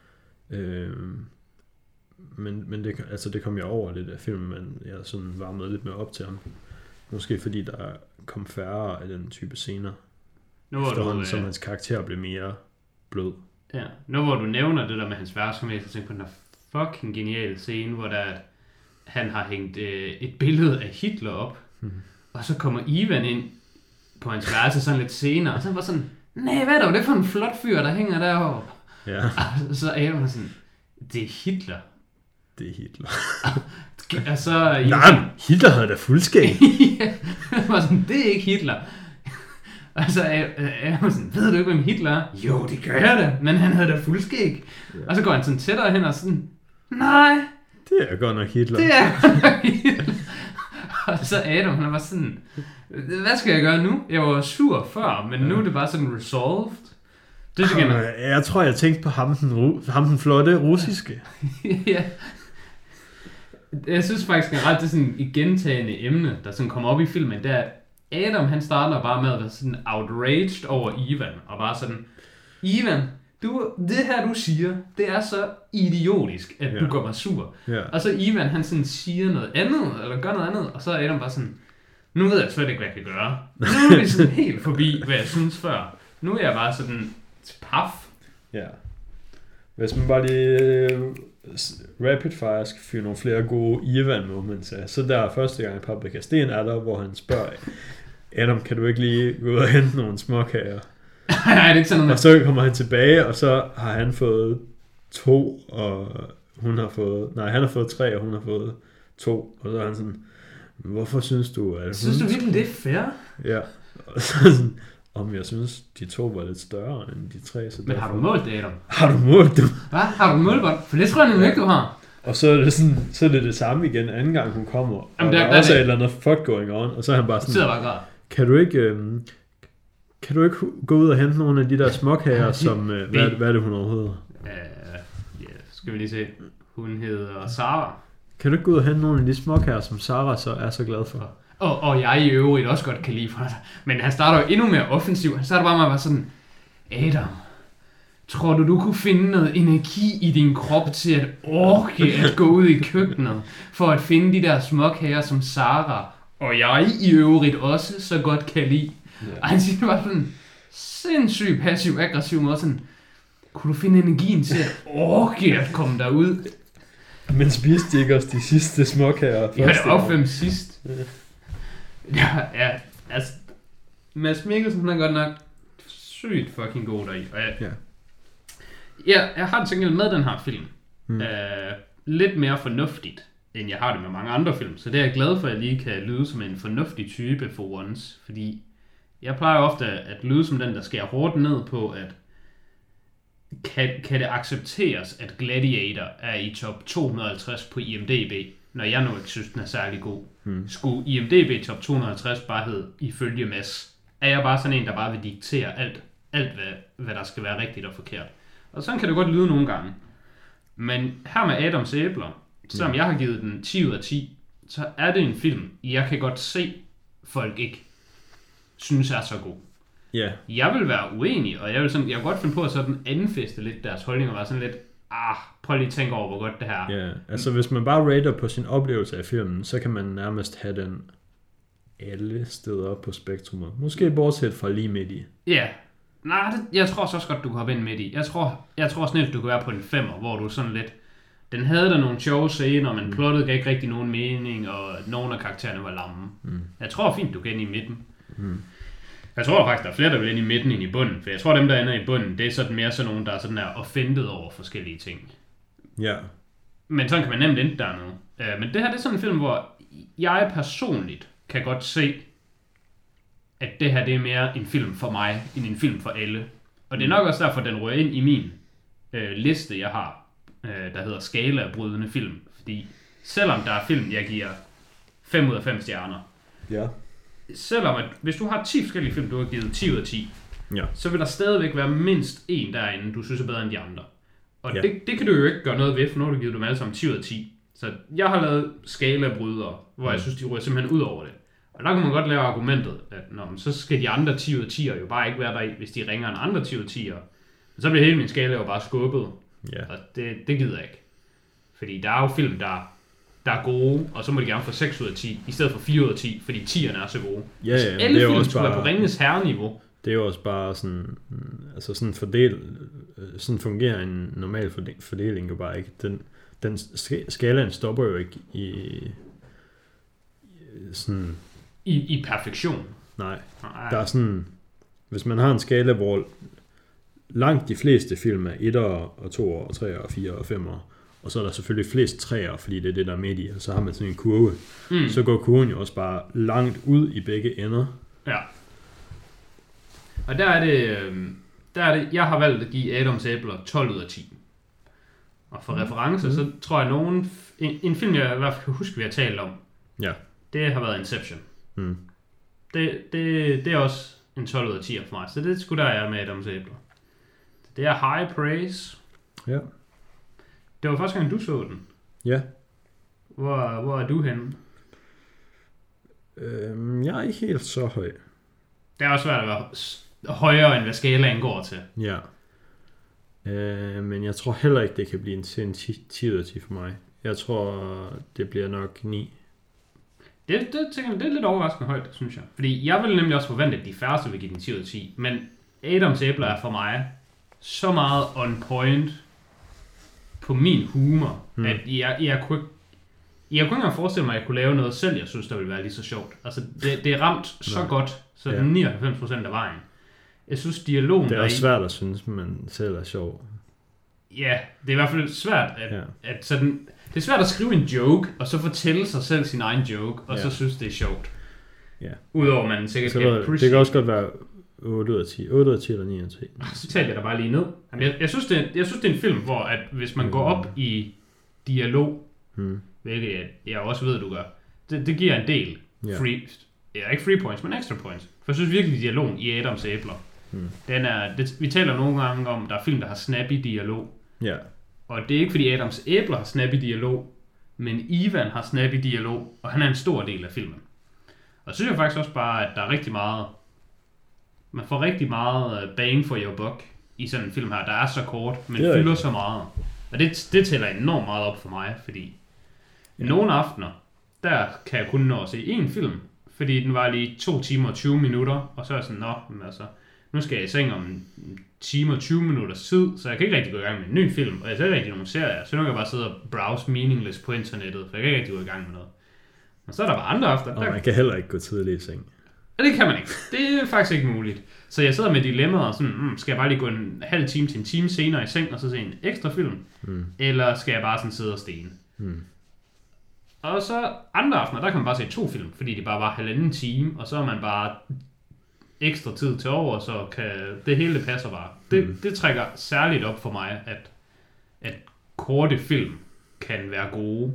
Men det kom jeg over lidt af filmen, men jeg sådan varmede lidt mere op til ham. Måske fordi der kom færre af den type scener. Som hans karakter blev mere blød. Ja, nu hvor du nævner det der med hans værtsformæs, så tænker på den der fucking geniale scene, hvor han har hængt et billede af Hitler op, og så kommer Ivan ind på hans værelse sådan lidt senere, og så var sådan, nej, hvad er det for en flot fyr, der hænger deroppe? Ja. Og så er jeg sådan, det er Hitler. Det er Hitler. Og så... Nej, Hitler havde da fuldskæg. Ja, var sådan, det er ikke Hitler. Og så er jeg sådan, ved du ikke, hvem Hitler er? Jo, det gør jeg da, men han havde da fuldskæg. Ja. Og så går han sådan tættere hen og sådan, nej. Det er godt nok Hitler. Det er godt nok Hitler. Og så Adam, han var sådan, hvad skal jeg gøre nu? Jeg var sur før, men nu er det bare sådan resolved. Det jeg tror, jeg tænkte på ham den flotte russiske. Ja. Jeg synes faktisk generelt, det er sådan et gentagende emne, der sådan kommer op i filmen, det er, at Adam, han starter bare med at være sådan outraged over Ivan, og bare sådan, Ivan, det her du siger, det er så idiotisk, at du går mig sur. Yeah. Og så Ivan, han sådan siger noget andet, eller gør noget andet, og så er Adam bare sådan, nu ved jeg slet ikke, hvad jeg kan gøre. Nu er vi sådan helt forbi, hvad jeg synes før. Nu er jeg bare sådan paf. Ja. Hvis man bare lige rapid fire skal fyre nogle flere gode Ivan moments af, så der første gang i Paprika Sten er der, hvor han spørger, Adam, kan du ikke lige gå ud og hente nogle småkager? Nej, det er ikke sådan noget. Og så kommer han tilbage, og så har han fået 2, og han har fået 3, og hun har fået 2, og så er han sådan, hvorfor synes du, at... Synes du virkelig, det er fair? Ja, og så sådan, om jeg synes, de 2 var lidt større end de 3. Så men derfor... har du målt det, Adam? Har du målt dem? Hvad? Har du målt det? For det tror jeg nemlig ikke, du har. Og så er det sådan, så er det samme igen anden gang, hun kommer. Jamen, og der er også et eller andet fuck going on, og så er han bare sådan, bare kan du ikke gå ud og hente nogle af de der småkager, som, hvad er det, hun overhovedet? Skal vi lige se. Hun hedder Sara. Kan du ikke gå ud og hente nogle af de småkager, som Sara så er så glad for? Og jeg i øvrigt også godt kan lide for dig. Men han starter jo endnu mere offensiv. Han starter bare med at være sådan, Adam, tror du kunne finde noget energi i din krop til at orke at gå ud i køkkenet, for at finde de der småkager, som Sara og jeg i øvrigt også så godt kan lide? Yeah. Og han siger bare sådan, sindssygt passiv-aggressiv måde, sådan, kunne du finde energien til at orke at komme derud? Men spiste de ikke også de sidste småkager? Ja, det var 5 sidst. Ja, altså, Mads Mikkelsen, han er godt nok sygt fucking god deri. Og jeg har det tænkt med den her film. Lidt mere fornuftigt, end jeg har det med mange andre film. Så det er jeg glad for, at jeg lige kan lyde som en fornuftig type for once. Fordi jeg plejer ofte at lyde som den, der skærer hårdt ned på, at kan det accepteres, at Gladiator er i top 250 på IMDb, når jeg nu ikke synes, den er særlig god. Skulle IMDb top 250 bare hedde ifølge Mads, er jeg bare sådan en, der bare vil diktere alt hvad der skal være rigtigt og forkert. Og sådan kan det godt lyde nogle gange. Men her med Adams æbler, selvom jeg har givet den 10 ud af 10, så er det en film, jeg kan godt se, folk ikke synes er så god. Yeah. Jeg vil være uenig, og jeg vil godt finde på at sådan anfæste lidt deres holdning og være sådan lidt, prøv lige at tænke over, hvor godt det her er. Ja, altså hvis man bare rater på sin oplevelse af filmen, så kan man nærmest have den alle steder på spektrummet. Måske bortset fra lige midt i. Ja, jeg tror så også godt, du kan hoppe ind midt i. Jeg tror snart, du kan være på en 5'er, hvor du sådan lidt, den havde der nogle sjove scener, men plottet gav ikke rigtig nogen mening, og nogle af karaktererne var lamme. Jeg tror fint, du kan ind i midten. Jeg tror faktisk, der er flere, der vil ind i midten end i bunden, for jeg tror, dem, der ender i bunden, det er sådan mere sådan nogen, der er sådan der offended over forskellige ting. Ja. Men sådan kan man nemt ende dernede. Men det her, det er sådan en film, hvor jeg personligt kan godt se, at det her, det er mere en film for mig, end en film for alle. Og det er nok også derfor, den rører ind i min liste, jeg har, der hedder skala af brydende film. Fordi selvom der er film, jeg giver 5 ud af 5 stjerner, selvom at hvis du har 10 forskellige film, du har givet 10 ud af 10, så vil der stadigvæk være mindst en derinde, du synes er bedre end de andre. Og det kan du jo ikke gøre noget ved, for nu har du givet dem alle sammen 10 ud af 10. Så jeg har lavet skalabrydere, hvor jeg synes, de ryger simpelthen ud over det. Og der kan man godt lave argumentet, at så skal de andre 10 ud af 10'er jo bare ikke være der, hvis de ringer en andre 10 ud af 10'er. Så bliver hele min skala jo bare skubbet. Og det gider jeg ikke. Fordi der er jo film, der er gode, og så må de gerne få 6 ud af 10, i stedet for 4 ud af 10, fordi 10'erne er så gode. Ja, alle film skulle være på Ringenes Herre-niveau. Det er jo også bare sådan, altså sådan fungerer en normal fordeling jo bare ikke. Den skalaen stopper jo ikke i sådan... I perfektion. Nej, der er sådan, hvis man har en skala, hvor langt de fleste film er 1'er og 2'er og 3'er og 4'er og 5'er, og så er der selvfølgelig flest 3'er, fordi det er det, der er midt i, og så har man sådan en kurve. Så går kurven jo også bare langt ud i begge ender. Ja. Og der er det, jeg har valgt at give Adams æbler 12 ud af 10. Og for reference, så tror jeg en film, jeg i hvert fald kan huske, vi har talt om, det har været Inception. Det er også en 12 ud af 10 for mig, så det skulle der jeg med Adams æbler. Det er high praise. Ja. Det var første gang, du så den. Ja. Hvor er du henne? Jeg er ikke helt så høj. Det er også svært at være højere, end hvad skalaen går til. Ja. Men jeg tror heller ikke, det kan blive en 10 ud af 10 for mig. Jeg tror, det bliver nok 9. Det er lidt overraskende højt, synes jeg. Fordi jeg ville nemlig også forvente, at de færreste vil give den 10 ud af 10. Men Adams æbler er for mig så meget on point på min humor, at jeg kunne ikke engang forestille mig, at jeg kunne lave noget selv, jeg synes, der ville være lige så sjovt. Altså, det er ramt så godt, så 99% af vejen. Jeg synes, dialogen... Det er også svært at synes, men selv er sjov. Ja, det er i hvert fald svært at sådan... Det er svært at skrive en joke, og så fortælle sig selv sin egen joke, og så synes, det er sjovt. Ja. Udover man sikkert kan appreciate... Det kan også godt være 8 ud af 10. 8 ud af 10 eller 9 ud af 10. Så tager jeg der bare lige ned. Jeg synes, det er en film, hvor at hvis man går op i dialog, hvilket jeg også ved, du gør, det giver en del ikke free points, men extra points. For jeg synes virkelig, dialogen i Adams æbler, vi taler nogle gange om, der er film, der har snappy dialog. Ja. Og det er ikke, fordi Adams æbler har snappy dialog, men Ivan har snappy dialog, og han er en stor del af filmen. Og så synes jeg faktisk også bare, at der er rigtig meget... Man får rigtig meget bang for your buck i sådan en film her, der er så kort, men fylder så meget. Og det tæller enormt meget op for mig, fordi nogle aftener, der kan jeg kun nå at se én film, fordi den var lige 2 timer og 20 minutter, og så er jeg sådan, nu skal jeg i seng om en time og 20 minutters tid, så jeg kan ikke rigtig gå i gang med en ny film, og jeg ser ikke rigtig nogen serier, så nu kan jeg bare sidde og browse meaningless på internettet, for jeg kan ikke rigtig gå i gang med noget. Og så er der bare andre aftener. Og man kan heller ikke gå tidligt i seng. Ja, det kan man ikke. Det er faktisk ikke muligt. Så jeg sidder med dilemmaer og sådan, skal jeg bare lige gå en halv time til en time senere i seng, og så se en ekstra film? Eller skal jeg bare sådan sidde og stene? Og så andre aftener, der kan man bare se 2 film, fordi det bare var 1,5 time, og så er man bare ekstra tid til over, så kan det hele passer bare. Det trækker særligt op for mig, at korte film kan være gode.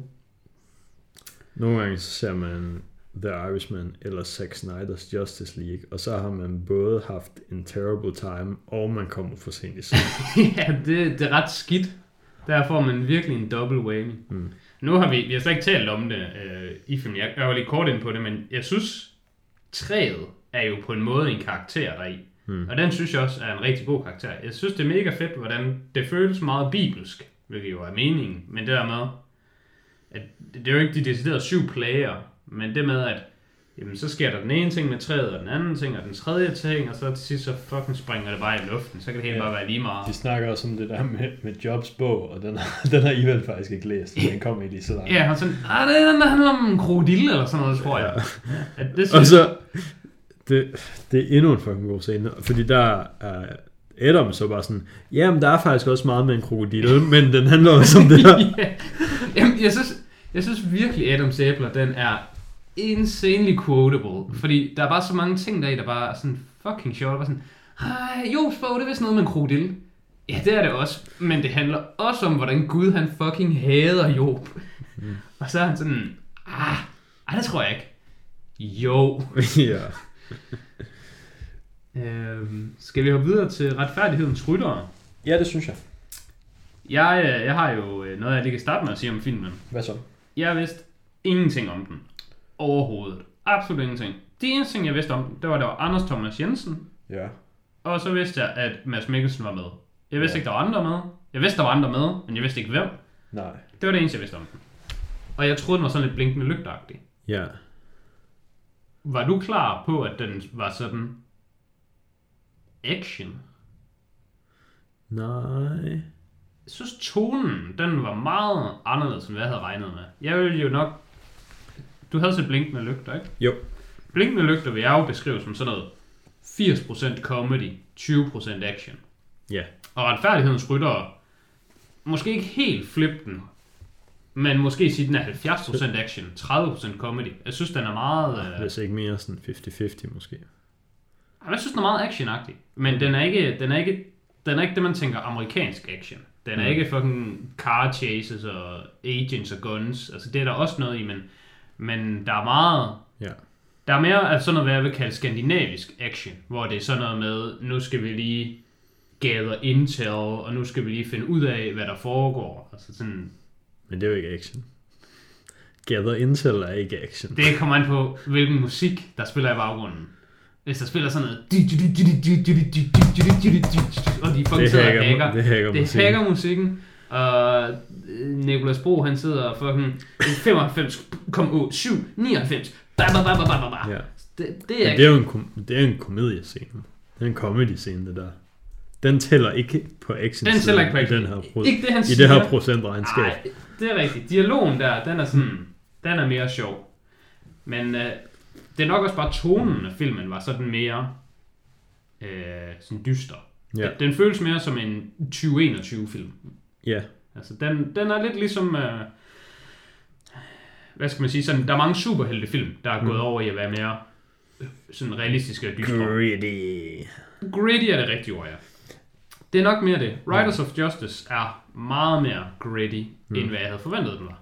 Nogle gange så ser man The Irishman eller Zack Snyder's Justice League, og så har man både haft en terrible time, og man kommer for sent i seng. Ja, det er ret skidt. Der får man virkelig en double whammy. Nu har vi har slet ikke talt om det i filmen. Jeg var lidt kort ind på det, men jeg synes, træet er jo på en måde en karakter deri. Og den synes jeg også er en rigtig god karakter. Jeg synes, det er mega fedt, hvordan det føles meget bibelsk, hvilket jo er meningen. Men det der med, at det er jo ikke de deciderede 7 plager, men det med, at jamen, så sker der den ene ting med træet, og den anden ting, og den tredje ting, og så til sidst så fucking springer det bare i luften. Så kan det hele bare være lige meget. De snakker også om det der med Jobs bog, og den har I vel faktisk ikke læst. Den kom ikke lige så langt. Ja, og sådan, det er den, der handler om en krokodille, eller sådan noget, tror jeg. Ja. Og så, det er endnu en fucking god scene, fordi der er Adam så bare sådan, jamen der er faktisk også meget med en krokodille, men den handler også om det her. Ja. Jamen, jeg synes virkelig, Adams æbler, den er insanely quotable, fordi der er bare så mange ting deri, der bare er sådan fucking sjovt, bare sådan, Jobs bog, det er vist noget med en krokodille. Ja, det er det også, men det handler også om, hvordan Gud han fucking hader Job. Og så er han sådan, det tror jeg ikke. Jo. Ja. Skal vi hoppe videre til retfærdighedens ryttere? Ja, det synes jeg. Jeg har jo noget, jeg lige kan starte med at sige om filmen. Hvad så? Jeg vidste ingenting om den. Overhovedet. Absolut ingenting. De eneste ting, jeg vidste om den, det var, der var Anders Thomas Jensen. Ja. Og så vidste jeg, at Mads Mikkelsen var med. Jeg vidste ikke, der var andre med. Jeg vidste, der var andre med, men jeg vidste ikke, hvem. Nej. Det var det eneste, jeg vidste om den. Og jeg troede, den var sådan lidt blinkende lygtagtig. Ja. Var du klar på, at den var sådan action? Nej. Jeg synes, tonen, den var meget anderledes, end hvad jeg havde regnet med. Jeg ville jo nok... Du havde set Blinkende Lygter, ikke? Jo. Blinkende Lygter vil jeg jo beskrive som sådan noget 80% comedy, 20% action. Ja. Og Retfærdighedens Ryttere, måske ikke helt flip den, men måske sige, den er 70% action, 30% comedy. Jeg synes, den er meget... Hvis ikke mere sådan 50-50 måske. Jeg synes, den er meget actionagtig. Men den er ikke det, man tænker amerikansk action. Den er ikke fucking car chases og agents og guns. Altså, det er der også noget i, men der er meget... Ja. Der er mere af sådan noget, hvad jeg vil kalde skandinavisk action, hvor det er sådan noget med, nu skal vi lige gather intel, og nu skal vi lige finde ud af, hvad der foregår. Altså sådan... Men det er jo ikke action. Gather intel er ikke action. Det kommer an på, hvilken musik, der spiller i baggrunden. Hvis der spiller sådan noget, og de fucking sidder og hacker. Det hacker musikken. Og Nicolas Bro, han sidder og fucking 95,7, 99. Ja. Det er en komediescene. Det er en comedy-scene, det der. Den tæller ikke på action. Den tæller ikke på action. Ikke det, han siger. I det her procentregnskab. Nej, det er rigtigt. Dialogen der, den er sådan, den er mere sjov. Men det er nok også bare tonen af filmen var sådan mere sådan dyster. Ja. Den føles mere som en 2021 film. Ja. Altså den er lidt ligesom hvad skal man sige, sådan, der er mange superheltefilm, der er gået over i at være mere sådan realistiske og dystre. Gritty er det rigtige ord, ja. Det er nok mere det. Riders of Justice er meget mere gritty, end hvad jeg havde forventet den var.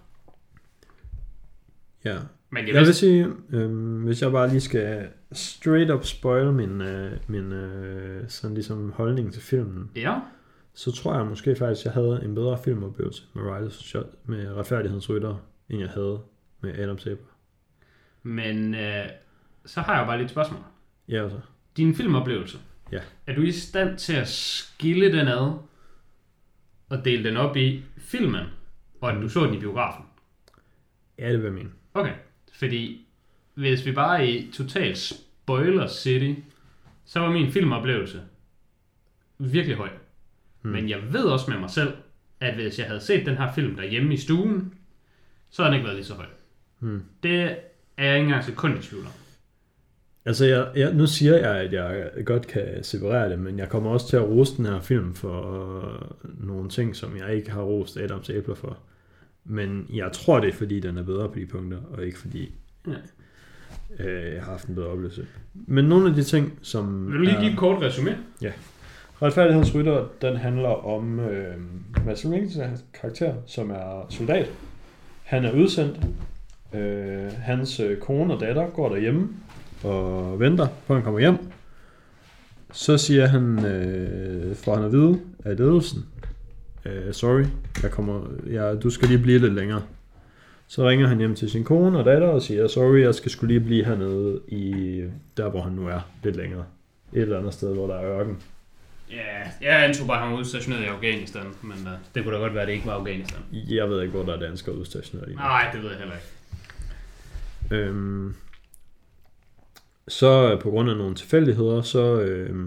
Ja. Men jeg vil sige, hvis jeg bare lige skal straight up spoil min sådan ligesom holdning til filmen, ja, så tror jeg måske faktisk, jeg havde en bedre filmoplevelse med Retfærdighedens Ryttere, end jeg havde med Adams Æbler. Men så har jeg jo bare lidt spørgsmål. Ja, så. Din filmoplevelse. Ja. Er du i stand til at skille den ad og dele den op i filmen, og at du så den i biografen? Ja, det vil jeg mene. Okay, fordi hvis vi bare er i total spoiler city, så var min filmoplevelse virkelig høj. Men jeg ved også med mig selv, at hvis jeg havde set den her film derhjemme i stuen, så havde den ikke været lige så høj. Det er jeg ikke engang sekund i tvivl om. Altså, nu siger jeg, at jeg godt kan separere det, men jeg kommer også til at rose den her film for nogle ting, som jeg ikke har rost Adams Æbler for. Men jeg tror, det er, fordi den er bedre på de punkter, og ikke fordi jeg har haft en bedre oplevelse. Men nogle af de ting, som... Vil du lige give et kort resume? Ja. Retfærdighedens Rytter, den handler om Mads Mikkelsens karakter, som er soldat. Han er udsendt. Hans kone og datter går derhjemme og venter på, at han kommer hjem. Så siger han, får han at vide af ledelsen, sorry, du skal lige blive lidt længere. Så ringer han hjem til sin kone og datter og siger, sorry, jeg skal skulle lige blive hernede i der, hvor han nu er, lidt længere. Et eller andet sted, hvor der er ørken. Ja, jeg antog bare, at han var udstationeret i Afghanistan, men det kunne da godt være, at det ikke var Afghanistan. Jeg ved ikke, hvor der er danskere udstationeret i. Nej, det ved jeg heller ikke. Så på grund af nogle tilfældigheder, så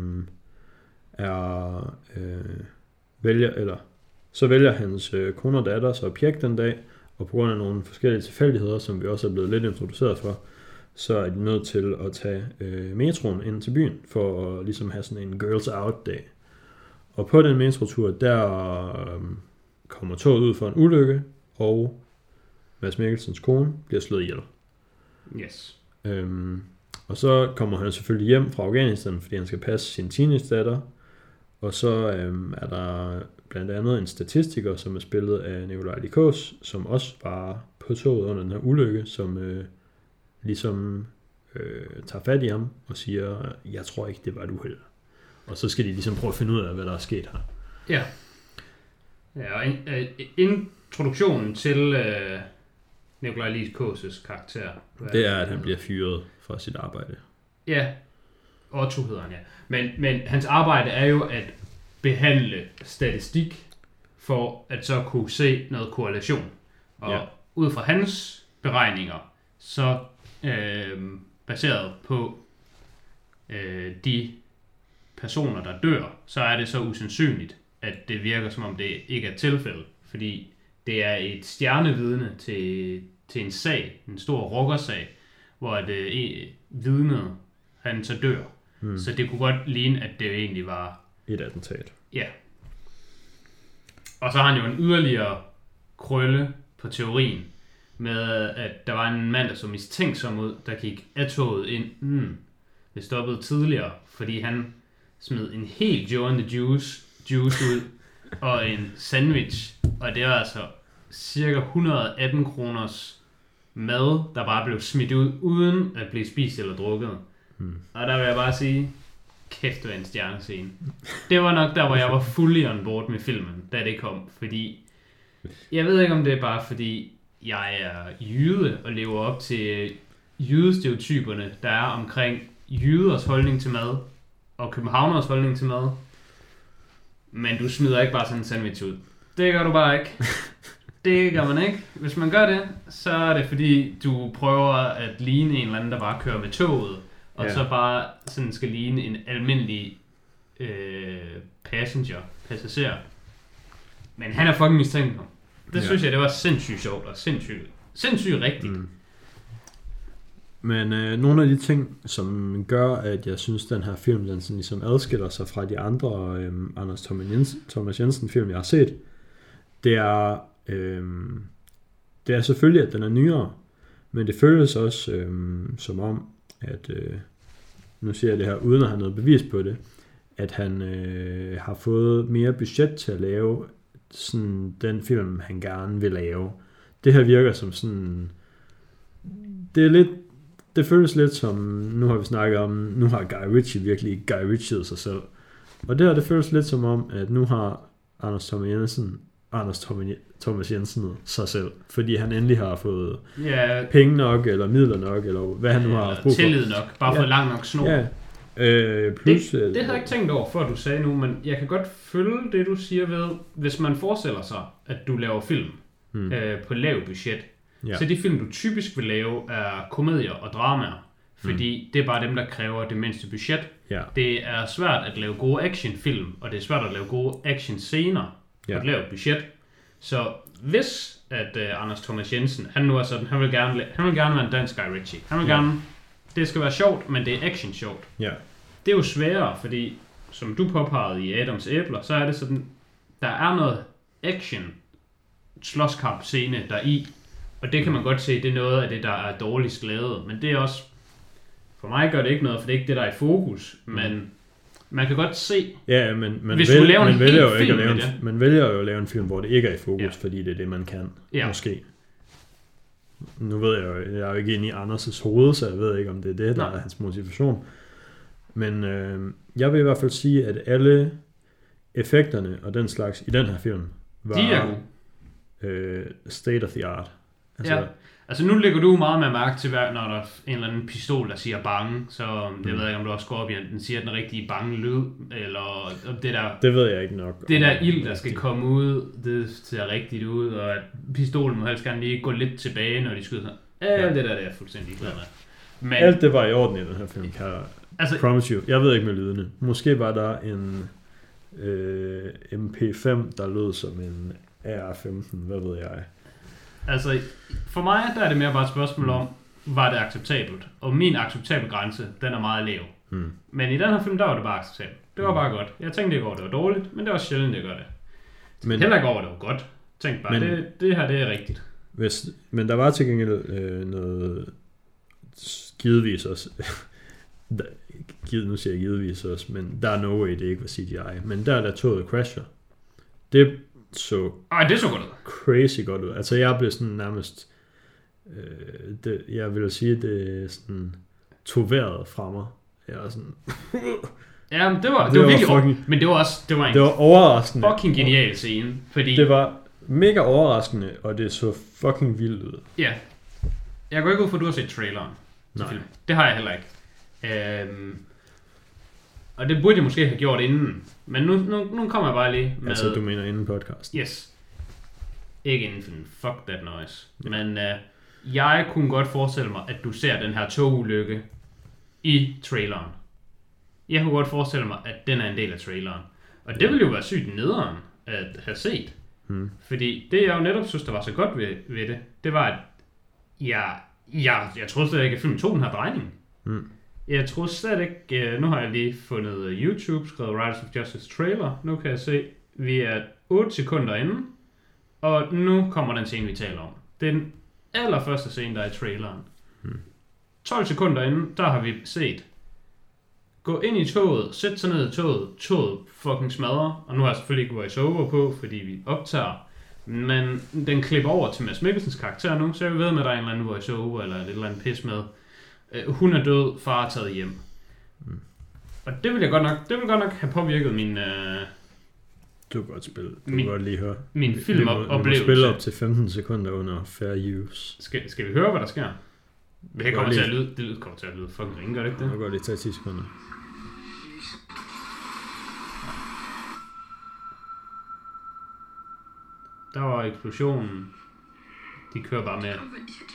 vælger hans kone og datter så pjek den dag, og på grund af nogle forskellige tilfældigheder, som vi også er blevet lidt introduceret for, så er de nødt til at tage metroen ind til byen, for at ligesom have sådan en girls out dag. Og på den metrotur, der kommer toget ud for en ulykke, og Mads Mikkelsens kone bliver slået ihjel. Yes. Og så kommer han selvfølgelig hjem fra Afghanistan, fordi han skal passe sin teenage-datter. Og så er der blandt andet en statistiker, som er spillet af Nikolaj Likås, som også var på toget under den her ulykke, som ligesom tager fat i ham og siger, jeg tror ikke, det var et uheld. Og så skal de ligesom prøve at finde ud af, hvad der er sket her. Ja. Ja, og introduktionen til Nikolaj Lis Kåses karakter. Det er, at han bliver fyret fra sit arbejde. Ja, Otto hedder han, ja. Men hans arbejde er jo at behandle statistik, for at så kunne se noget korrelation. Og ud fra hans beregninger, så baseret på de personer, der dør, så er det så usandsynligt, at det virker som om det ikke er tilfældet. Fordi det er et stjernevidne til en sag, en stor rockersag, hvor vidnet, han så dør. Så det kunne godt ligne, at det egentlig var et attentat. Ja. Og så har han jo en yderligere krølle på teorien, med at der var en mand, der så mistænksom ud, der gik af toget ind. Det stoppede tidligere, fordi han smed en helt Joe and the Juice ud, og en sandwich. Og det var altså cirka 118 kroners mad, der bare blev smidt ud, uden at blive spist eller drukket. Og der vil jeg bare sige, kæft, det var en stjernescene. Det var nok der, hvor jeg var fully on board med filmen, da det kom. Fordi, jeg ved ikke, om det er bare fordi, jeg er jyde og lever op til jydestereotyperne, der er omkring jyders holdning til mad, og københavners holdning til mad. Men du smider ikke bare sådan en sandwich ud. Det gør du bare ikke. Det gør man ikke. Hvis man gør det, så er det fordi, du prøver at ligne en eller anden, der bare kører med toget, og så bare sådan skal ligne en almindelig passager. Men han er fucking mistænkt. Det synes jeg, det var sindssygt sjovt og sindssygt rigtigt. Men nogle af de ting, som gør, at jeg synes, den her film, den sådan ligesom adskiller sig fra de andre Anders Thomas Jensen film, jeg har set, det er selvfølgelig, at den er nyere, men det føles også som om, at nu siger jeg det her, uden at have noget bevis på det, at han har fået mere budget til at lave sådan den film, han gerne vil lave. Det her virker som sådan, det føles lidt som, nu har vi snakket om, nu har Guy Ritchie virkelig Guy Ritchie'et sig selv. Og det føles lidt som om, at nu har Anders Thomas Jensen sig selv, fordi han endelig har fået penge nok, eller midler nok, eller hvad han nu har brug for. Tillid nok, bare fået lang nok snor. Ja. Plus, det havde jeg ikke tænkt over, før du sagde nu, men jeg kan godt følge det, du siger ved, hvis man forestiller sig, at du laver film på lav budget, så de film, du typisk vil lave, er komedier og dramaer, fordi det er bare dem, der kræver det mindste budget. Det er svært at lave gode actionfilm, og det er svært at lave gode actionscener på et lavt budget. Så hvis at Anders Thomas Jensen, han nu er sådan, han vil gerne være en dansk Guy Ritchie. Han vil gerne, det skal være sjovt, men det er action sjovt. Det er jo sværere, fordi som du påpegede i Adams Æbler, så er det sådan, der er noget action slåskamp scene der i, og det kan man godt se, det er noget af det, der er dårligst lavet, men det er også, for mig gør det ikke noget, for det er ikke det, der er i fokus, men man kan godt se, hvis du laver en hel film med det. Man vælger jo at lave en film, hvor det ikke er i fokus, fordi det er det, man kan, måske. Nu ved jeg jo, jeg er jo ikke inde i Anders' hoved, så jeg ved ikke, om det er det, der er hans motivation. Men jeg vil i hvert fald sige, at alle effekterne og den slags i den her film var state of the art. Altså nu lægger du meget med mærke til, når der er en eller anden pistol, der siger bange, så jeg ved ikke, om du også går op i, at den siger den rigtige bange lyd, eller det der... Det ved jeg ikke nok. Det der ild, der skal komme ud, det ser rigtigt ud, og at pistolen må helst gerne lige gå lidt tilbage, når de skyder. Alt det der, det er fuldstændig glad med. Men, alt det var i orden i den her film, kan jeg promise you. Jeg ved ikke med lydene. Måske var der en MP5, der lød som en AR-15, hvad ved jeg. Altså, for mig der er det mere bare et spørgsmål om, var det acceptabelt? Og min acceptable grænse, den er meget lav. Men i den her film, der var det bare acceptabelt. Det var bare godt. Jeg tænkte ikke over, det var dårligt, men det var sjældent, det gør det. Men heller ikke over, det var godt. Tænk bare, det her, det er rigtigt. Men der var til gengæld noget givetvis også. Nu siger jeg givetvis også, men der er no way, det ikke var CGI. Men der toget crasher. Det så godt ud. Crazy godt ud. Altså jeg blev sådan nærmest jeg vil sige, det er sådan tog vejret fra mig. Jeg var sådan... Ja, men det var virkelig fucking, men det var også det var overraskende. Fucking genial scene, fordi det var mega overraskende, og det så fucking vildt ud. Ja. Jeg går ikke ud for, at du har set traileren til filmen. Det har jeg heller ikke. Og det burde jeg måske have gjort inden, men nu kommer jeg bare lige med... Altså, du mener inden podcast? Yes. Ikke inden filmen. Fuck that noise. Ja. Men jeg kunne godt forestille mig, at du ser den her togulykke i traileren. Jeg kunne godt forestille mig, at den er en del af traileren. Og det ville jo være sygt nederen at have set. Fordi det, jeg jo netop synes, der var så godt ved det var, at jeg troede slet ikke, at filmen tog den her drejning. Jeg troede slet ikke... Nu har jeg lige fundet YouTube, skrevet Riders of Justice trailer. Nu kan jeg se, vi er 8 sekunder inde. Og nu kommer den scene, vi taler om. Det er den allerførste scene, der er i traileren. 12 sekunder inde, der har vi set... Gå ind i toget, sæt sig ned i toget fucking smadrer. Og nu har jeg selvfølgelig ikke voice-over på, fordi vi optager. Men den klipper over til Mads Mikkelsens karakter nu, så jeg ved med, at der er en eller anden voice-over eller et eller andet pis med. Hun er død, far er taget hjem. Og det vil godt nok have påvirket min... Du kan godt spille. Du kan godt lige høre. Min filmoplevelse. Vi må spille op til 15 sekunder under fair use. Skal vi høre, hvad der sker? Det kommer til at lyde. Det kommer til at lyde fucking ringe, gør det ikke det? Nu går det tage 10 sekunder. Der var eksplosionen. De kører bare med. Ja,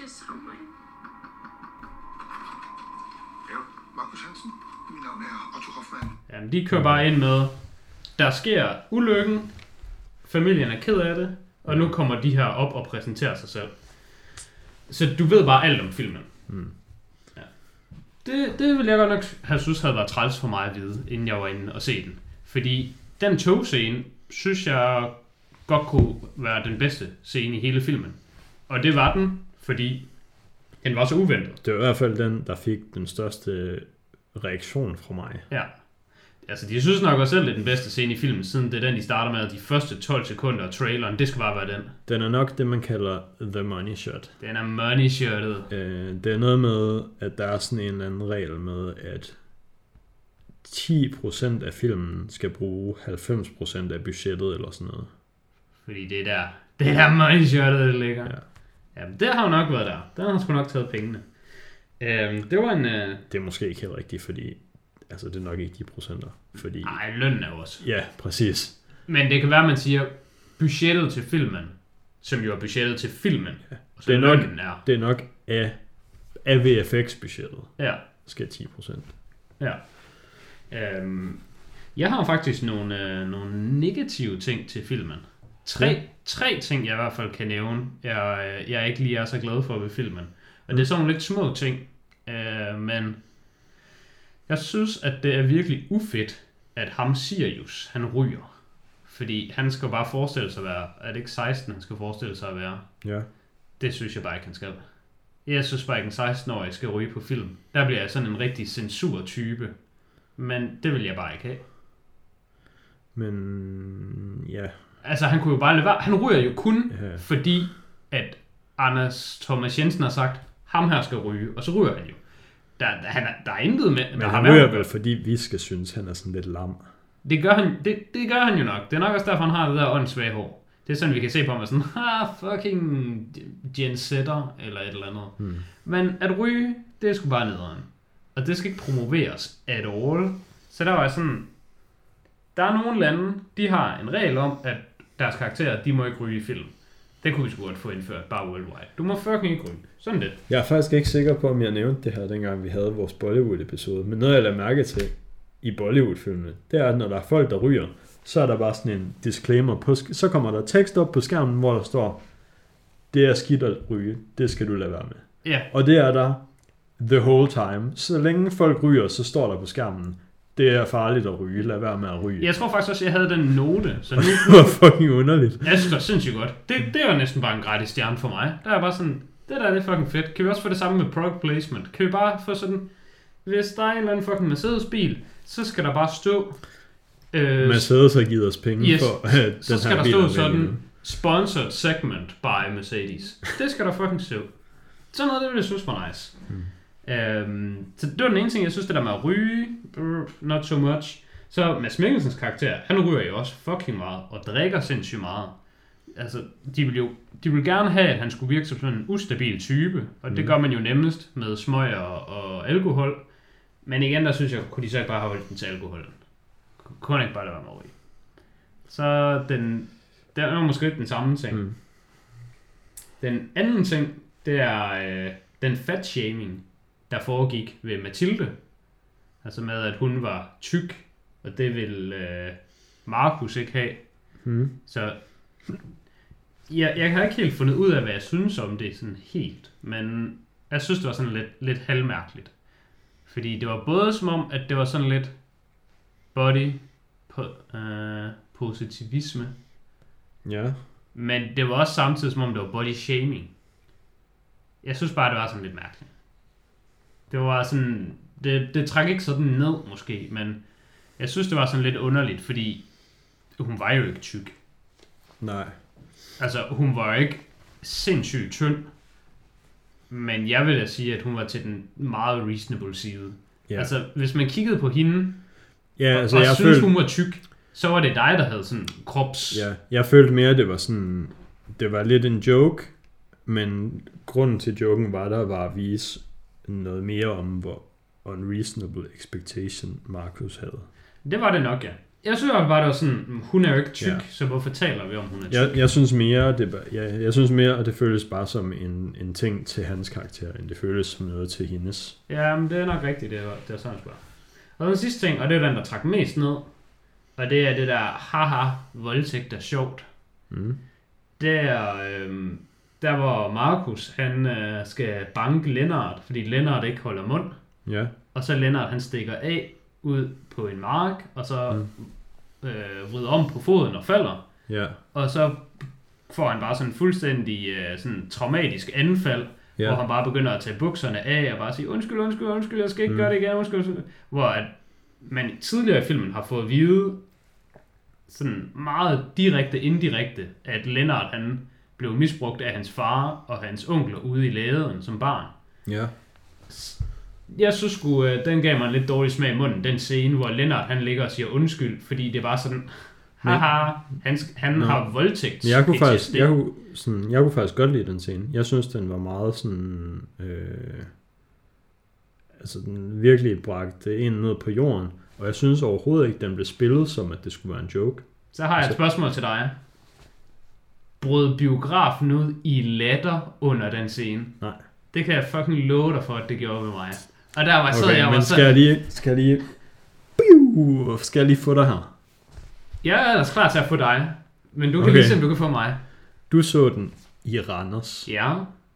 Markus Hansen. Mit navn er Otto Hoffmann. Jamen, de kører bare ind med, der sker ulykken, familien er ked af det, og nu kommer de her op og præsenterer sig selv. Så du ved bare alt om filmen. Ja. Det ville jeg godt nok have synes havde været træls for mig at vide, inden jeg var inde og se den. Fordi den togscene, synes jeg godt kunne være den bedste scene i hele filmen. Og det var den, fordi den var så uventet. Det var i hvert fald den, der fik den største reaktion fra mig. Ja. Altså, de synes nok også selv, det er den bedste scene i filmen, siden det er den, de starter med, de første 12 sekunder af traileren, det skal bare være den. Den er nok det, man kalder the money shot. Den er money shotet. Det er noget med, at der er sådan en eller anden regel med, at 10% af filmen skal bruge 90% af budgettet eller sådan noget. Fordi det er der money shotet, det ligger. Ja. Jamen, det har jo nok været der. Den har sgu nok taget pengene. Det var en... Det er måske ikke helt rigtigt, fordi... Altså, det er nok ikke de procenter, fordi... Nej, lønnen er også. Ja, præcis. Men det kan være, at man siger, budgettet til filmen, som jo er budgettet til filmen, ja. og så lønnen er... Det er nok af VFX-budgettet. Ja. Skal 10%. Ja. Jeg har faktisk nogle negative ting til filmen. Tre ting, jeg i hvert fald kan nævne, jeg ikke lige er så glad for ved filmen. Og det er sådan nogle lidt små ting, men... Jeg synes, at det er virkelig ufedt, at ham Sirius, han ryger. Fordi han skal bare forestille sig at være... Er det ikke 16, han skal forestille sig at være? Ja. Det synes jeg bare ikke, han skal. Jeg synes bare ikke, en 16-årig skal ryge på film. Der bliver jeg sådan en rigtig censur-type. Men det vil jeg bare ikke have. Men... Ja. Altså, han kunne jo bare lade være. Han ryger jo kun, fordi at Anders Thomas Jensen har sagt, ham her skal ryge. Og så ryger han jo. Der er intet med... Men han ryger vel, fordi vi skal synes, han er sådan lidt lam. Det gør han jo nok. Det er nok også derfor, han har det der åndssvage hår. Det er sådan, vi kan se på ham og sådan, fucking Gen Z'er, eller et eller andet. Men at ryge, det er sgu bare nederen. Og det skal ikke promoveres at all. Så der var sådan... Der er nogle lande, de har en regel om, at deres karakterer, de må ikke ryge i film. Det kunne vi sgu godt få indført, bare worldwide. Du må fucking ikke ryge. Sådan lidt. Jeg er faktisk ikke sikker på, om jeg nævnte det her, dengang vi havde vores Bollywood-episode. Men noget, jeg lader mærke til i Bollywood-filmene, det er, at når der er folk, der ryger, så er der bare sådan en disclaimer på... Så kommer der tekst op på skærmen, hvor der står, det er skidt at ryge, det skal du lade være med. Ja. Og det er der the whole time. Så længe folk ryger, så står der på skærmen, det er farligt at ryge, lad være med at ryge. Jeg tror faktisk også, jeg havde den note. Så nu, det var fucking underligt. Jeg synes det var sindssygt godt. Det var næsten bare en gratis stjerne for mig. Der er bare sådan, det der er fucking fedt. Kan vi også få det samme med product placement? Kan vi bare få sådan, hvis der er en eller anden fucking Mercedes-bil, så skal der bare stå... Mercedes har givet os penge for den her bil. Så skal der stå sådan, sponsored segment by Mercedes. Det skal der fucking stå. Sådan noget, det vil jeg synes var nice. Så det var den ene ting, jeg synes, det der med at ryge, not so much. Så Mads Mikkelsens karakter, han ryger jo også fucking meget, og drikker sindssygt meget. Altså, de ville gerne have, at han skulle virke som sådan en ustabil type, og det gør man jo nemmest med smøger og alkohol. Men igen, der synes jeg, kunne de så ikke bare have holdt den til alkoholen. Kunne ikke bare lade være med at ryge. Så der er måske lidt den samme ting. Den anden ting, det er den fat-shaming, der foregik ved Mathilde. Altså med, at hun var tyk, og det ville Markus ikke have. Så jeg har ikke helt fundet ud af, hvad jeg synes om det sådan helt. Men jeg synes, det var sådan lidt halvmærkeligt. Fordi det var både som om, at det var sådan lidt body positivisme. Ja. Men det var også samtidig som om, det var body shaming. Jeg synes bare, det var sådan lidt mærkeligt. Det var sådan... Det trak ikke sådan ned, måske, men jeg synes, det var sådan lidt underligt, fordi hun var jo ikke tyk. Nej. Altså, hun var jo ikke sindssygt tynd, men jeg vil da sige, at hun var til den meget reasonable side. Ja. Altså, hvis man kiggede på hende, altså, og synes hun var tyk, så var det dig, der havde sådan krops... Ja, jeg følte mere, det var sådan... Det var lidt en joke, men grunden til joken var der var at vise noget mere om, hvor unreasonable expectation Markus havde. Det var det nok, ja. Jeg synes også bare, det var sådan, hun er jo ikke tyk, så hvorfor taler vi om, hun er tyk? Jeg synes mere, at det føles bare som en ting til hans karakter, end det føles som noget til hendes. Ja, men det er nok rigtigt, det er sådan spørg. Og den sidste ting, og det er den, der trak mest ned, og det er det der, haha, voldtægt er sjovt. Der hvor Markus, han skal banke Lennart, fordi Lennart ikke holder mund. Ja. Og så Lennart, han stikker af ud på en mark, og så vrider om på foden og falder. Ja. Og så får han bare sådan en fuldstændig sådan traumatisk anfald, hvor han bare begynder at tage bukserne af og bare sige, undskyld, jeg skal ikke gøre det igen, undskyld. Hvor at man tidligere i filmen har fået at vide, sådan meget indirekte, at Lennart, han blev misbrugt af hans far og hans onkler ude i laden som barn. Ja. Jeg synes sgu, den gav mig en lidt dårlig smag i munden, den scene, hvor Lennart, han ligger og siger undskyld, fordi det var sådan, haha, han har voldtægt. Jeg kunne faktisk godt lide den scene. Jeg synes, den var meget sådan, altså den virkelig bragte ind ned på jorden, og jeg synes overhovedet ikke, den blev spillet som, at det skulle være en joke. Så har jeg et spørgsmål til dig. Brød biografen ud i latter under den scene? Nej. Det kan jeg fucking love dig for, at det gjorde ved mig. Og der var så jeg men skal jeg lige få dig her? Jeg er ellers klar til at få dig, men du kan lige se, om du kan få mig. Du så den i Randers. Ja.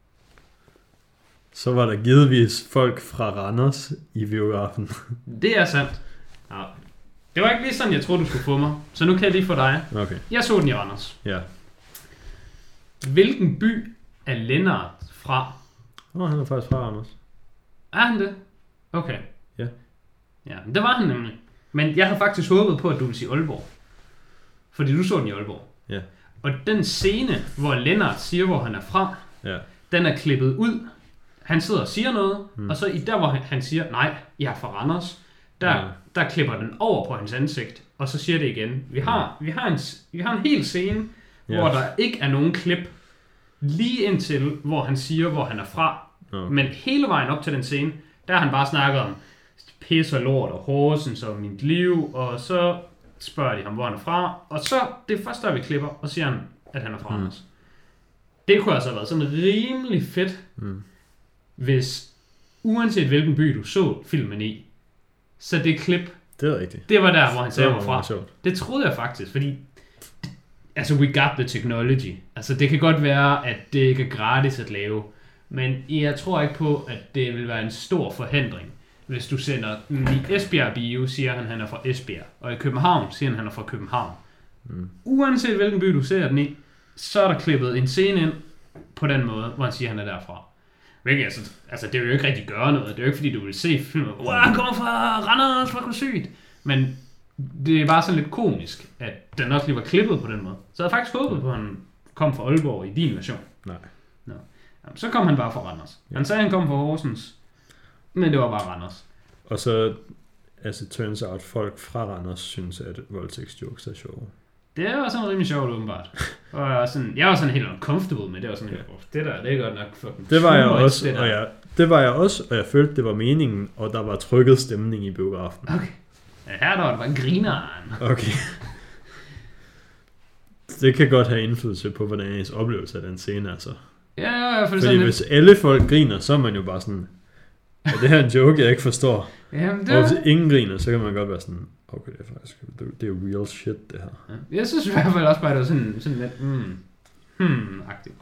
Så var der givetvis folk fra Randers i biografen. Det er sandt. Ja. Det var ikke lige sådan, jeg troede, du skulle få mig. Så nu kan jeg lige få dig. Okay. Jeg så den i Randers. Ja. Hvilken by er Lennart fra? Han er faktisk fra Randers. Er han det? Okay. Ja. Ja, det var han nemlig. Men jeg havde faktisk håbet på, at du ville sige Aalborg. Fordi du så den i Aalborg. Ja. Og den scene, hvor Lennart siger, hvor han er fra, den er klippet ud. Han sidder og siger noget, og så i der, hvor han siger, nej, jeg er fra Randers, der klipper den over på hans ansigt, og så siger det igen. Vi har en hel scene, hvor der ikke er nogen klip, lige indtil, hvor han siger, hvor han er fra. Men hele vejen op til den scene, der har han bare snakket om pis og lort og Horsens og mit liv, og så spørger de ham, hvor han er fra, og så, det er først der vi klipper, og siger han, at han er fra Randers. Det kunne altså have været sådan rimelig fedt, hvis uanset hvilken by du så filmen i, så det klip, det er rigtigt. Det var der, hvor han sagde mig fra. Det troede jeg faktisk, fordi altså, we got the technology. Altså, det kan godt være, at det ikke er gratis at lave, men jeg tror ikke på, at det vil være en stor forhindring, hvis du sender i Esbjerg bio, siger han er fra Esbjerg, og i København siger han er fra København. Uanset hvilken by du ser den i, så er der klippet en scene ind på den måde, hvor han siger, han er derfra. Hvilket altså, det vil jo ikke rigtig gøre noget. Det er jo ikke, fordi du vil se filmen, han kommer fra Randers, hvor synes. Men det er bare sådan lidt komisk, at den også lige var klippet på den måde. Så jeg havde faktisk håbet på, at han kom fra Aalborg i din version. Nej. No. Jamen, så kom han bare fra Randers. Han sagde, at han kom fra Horsens. Men det var bare Randers. Og så, altså, turns out, folk fra Randers synes, at voldtægtsjokes er sjove. Det var sådan rimelig sjovt, åbenbart. Og jeg var sådan helt uncomfortable med det. Var sådan, det der, det er godt nok fucking... Det var jeg også, det var jeg også, og jeg følte, det var meningen, og der var trykket stemning i biografen. Okay. Ja, her der var det bare grineren. Okay. Det kan godt have indflydelse på, hvordan ens oplevelse af den scene er så. Ja, fordi hvis alle folk griner, så er man jo bare sådan, er det her en joke, jeg ikke forstår? Jamen, og hvis ingen griner, så kan man godt være sådan, okay, det er faktisk, det er real shit, det her. Ja. Jeg synes i hvert fald også bare, det var sådan lidt, agtigt.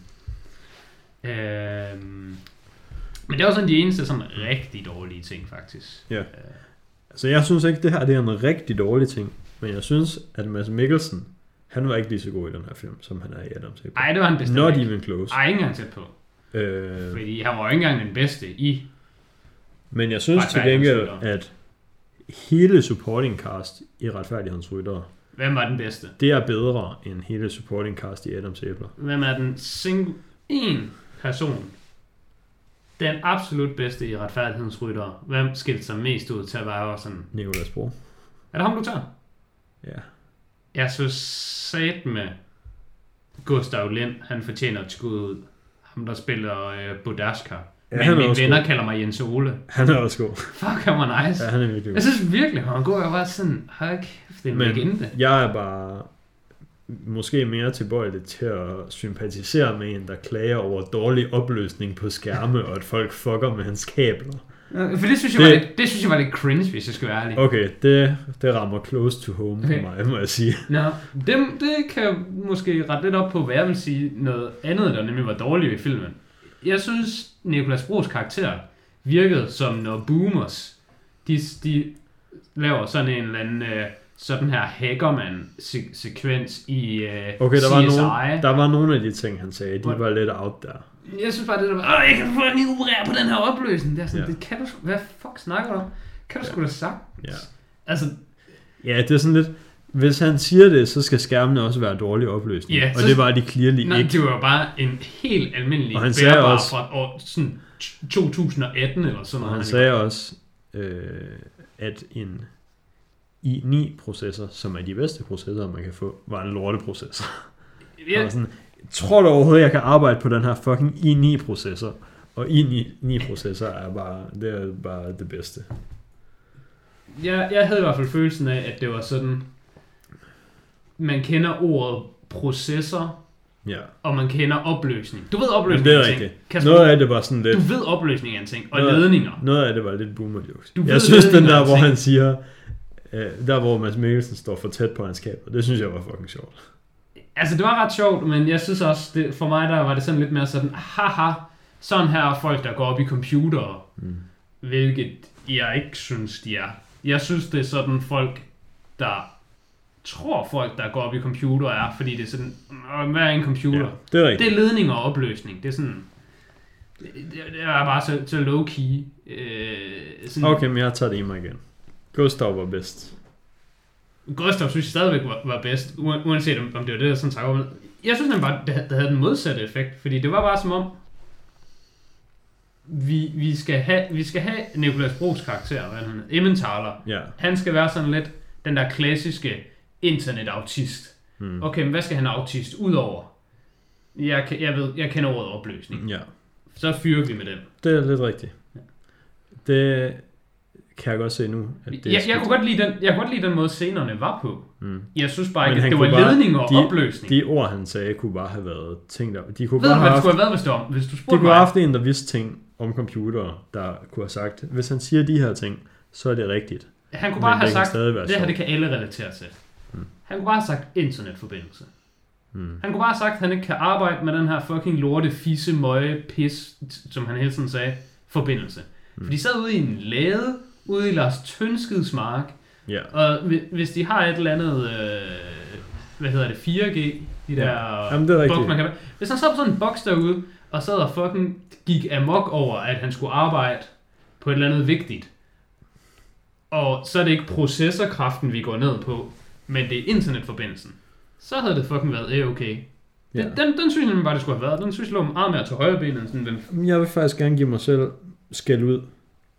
Men det var sådan de eneste sådan rigtig dårlige ting, faktisk. Ja. Altså, jeg synes ikke, det her det er en rigtig dårlig ting, men jeg synes, at Mads Mikkelsen, han var ikke lige så god i den her film, som han er i Adams Æbler. Nej, det var han bestemt Not ikke. even close. Ej, ikke engang tæt på. Fordi han var ikke engang den bedste i... Men jeg synes til gengæld, at hele supporting cast i Retfærdighedens Ryttere... Hvem var den bedste? Det er bedre end hele supporting cast i Adams Æbler. Hvem er den en person, den absolut bedste i Retfærdighedens Ryttere? Hvem skilte sig mest ud til at være sådan... Nicolas Bro. Er det ham, du tager? Ja. Jeg synes sat med Gustav Lind, han fortjener et skud ud. Ham, der spiller Bodaska. Ja, men mine venner god. Kalder mig Jens Ole. Han er også god. Fuck, han var nice. Ja, han er virkelig god. Jeg synes virkelig, han var god. Jeg var sådan, hold kæft, det er en legende. Jeg er bare måske mere tilbøjelig til at sympatisere med en, der klager over dårlig opløsning på skærme, og at folk fucker med hans kabler. For det synes jeg var lidt cringe, hvis jeg skal være ærlig. Okay, det rammer close to home for mig, må jeg sige. Nå, det kan måske rette lidt op på, hvad jeg vil sige noget andet, der nemlig var dårligt ved filmen. Jeg synes, Nicolas Bros karakter virkede som når boomers, de laver sådan en eller anden sådan her hackerman-sekvens i okay, CSI. Der var nogle af de ting, han sagde, de var lidt out der. Jeg synes bare, det der var, jeg kan få en operere på den her opløsning. Det er sådan, det kan du, hvad fuck snakker du om? Kan du sgu da sagt? Ja. Altså, ja, det er sådan lidt, hvis han siger det, så skal skærmene også være dårlig opløsning. Ja, og det var de clearly ikke. Det var jo bare en helt almindelig bærbar fra år, sådan 2018 eller sådan noget. Og han sagde også, at en i9-processor, som er de bedste processorer, man kan få, var en lorteprocessor. Ja. Sådan, tror du overhovedet, jeg kan arbejde på den her fucking i9-processor? Og i9-processor er bare det bedste. Jeg havde i hvert fald følelsen af, at det var sådan, man kender ordet processor, ja. Og man kender opløsning. Du ved opløsning af en ting. Noget af det var sådan lidt... Du ved opløsning af en ting, og ledninger. Noget af det var lidt boomer jokes. Jeg synes den der, hvor han siger, der hvor Mads Mikkelsen står for tæt på hans kabel, det synes jeg var fucking sjovt. Altså det var ret sjovt, men jeg synes også, for mig der var det sådan lidt mere sådan, haha, sådan her er folk, der går op i computere, hvilket jeg ikke synes, de er. Jeg synes, det er sådan folk, der tror folk, der går op i computer er, fordi det er sådan, hvad er en computer? Ja, det er rigtigt. Det er ledning og opløsning. Det er sådan, det er bare så low-key. Okay, men jeg tager det i mig igen. Gustav var bedst. Gustav synes jeg stadigvæk var bedst, uanset om det var det, der sådan tager. Jeg synes nemlig bare, det havde den modsatte effekt, fordi det var bare som om, vi skal have Nicolas Bros karakter, hvad han Emmentaler. Yeah. Han skal være sådan lidt den der klassiske internetautist. Okay, men hvad skal han autist ud over? Jeg kender ordet opløsning. Ja. Så fyrer vi med den. Det er lidt rigtigt. Ja. Det kan jeg godt se nu. At det jeg kunne godt lide den måde scenerne var på. Jeg synes bare ikke, at det var ledning og opløsning. De ord, han sagde, kunne bare have været ting, der... De kunne ved bare du, hvad det skulle have været, hvis du spurgte mig? De kunne have haft en, der vidste ting om computere, der kunne have sagt, hvis han siger de her ting, så er det rigtigt. Han kunne bare have sagt, det her det kan alle relatere til. Han kunne bare have sagt internetforbindelse. Han kunne bare have sagt, at han ikke kan arbejde med den her fucking lorte, fisse, møge, pis, som han hele tiden sagde, forbindelse. For de sad ude i en lade, ude i Lars Tønskeds mark, og hvis de har et eller andet, 4G, de der boks, man kan... Hvis han sad på sådan en boks derude, og sad og fucking gik amok over, at han skulle arbejde på et eller andet vigtigt, og så er det ikke processorkraften, vi går ned på, men det er internetforbindelsen, så havde det fucking været okay. Ja. Den synes jeg bare, det skulle have været. Den synes jeg lå meget mere til højre ben end sådan den. Jeg vil faktisk gerne give mig selv skæld ud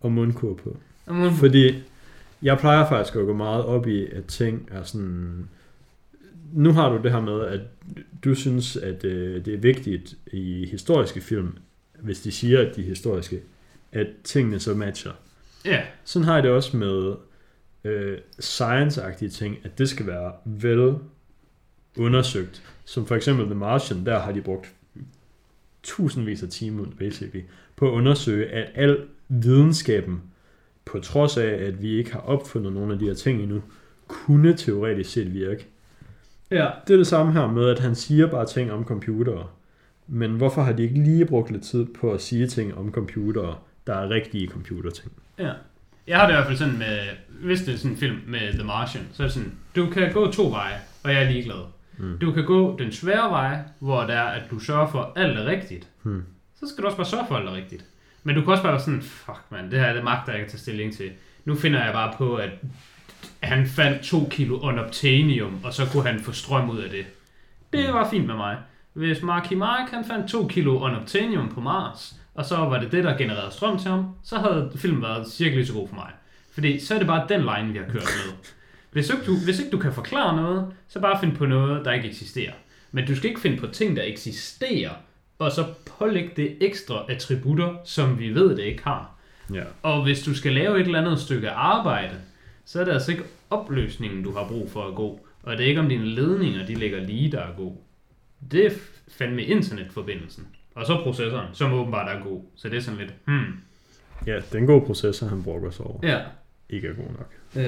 Og mundkur på. Fordi jeg plejer faktisk at gå meget op i, at ting er sådan... Nu har du det her med, at du synes, at det er vigtigt i historiske film, hvis de siger, at de er historiske, at tingene så matcher. Ja. Sådan har jeg det også med science-agtige ting, at det skal være vel undersøgt. Som for eksempel The Martian, der har de brugt tusindvis af timer, basically, på at undersøge, at al videnskaben, på trods af, at vi ikke har opfundet nogle af de her ting endnu, kunne teoretisk set virke. Ja. Det er det samme her med, at han siger bare ting om computere. Men hvorfor har de ikke lige brugt lidt tid på at sige ting om computere, der er rigtige computerting? Ja. Jeg har det i hvert fald sådan med, hvis det er sådan en film med The Martian, så er det sådan, du kan gå 2 veje, og jeg er ligeglad. Du kan gå den svære vej, hvor det er, at du sørger for, at alt er rigtigt. Så skal du også bare sørge for, at alt er rigtigt. Men du kan også bare være sådan, fuck man, det her det magter jeg ikke tage stilling til. Nu finder jeg bare på, at han fandt 2 kilo unobtainium, og så kunne han få strøm ud af det. Det var fint med mig. Hvis Marky Mark han fandt 2 kilo unobtainium på Mars, og så var det det, der genererede strøm til ham, så havde filmen været cirka lige så god for mig. Fordi så er det bare den line, vi har kørt med. Hvis ikke du kan forklare noget, så bare find på noget, der ikke eksisterer. Men du skal ikke finde på ting, der eksisterer, og så pålægge det ekstra attributter, som vi ved, det ikke har. Ja. Og hvis du skal lave et eller andet stykke arbejde, så er det altså ikke opløsningen, du har brug for at gå. Og det er ikke om dine ledninger, de ligger lige, der er god. Det er fandme internetforbindelsen. Og så processoren, som åbenbart er god. Så det er sådan lidt, Ja, den gode processor, han brokker sig over. Ja. Ikke er god nok.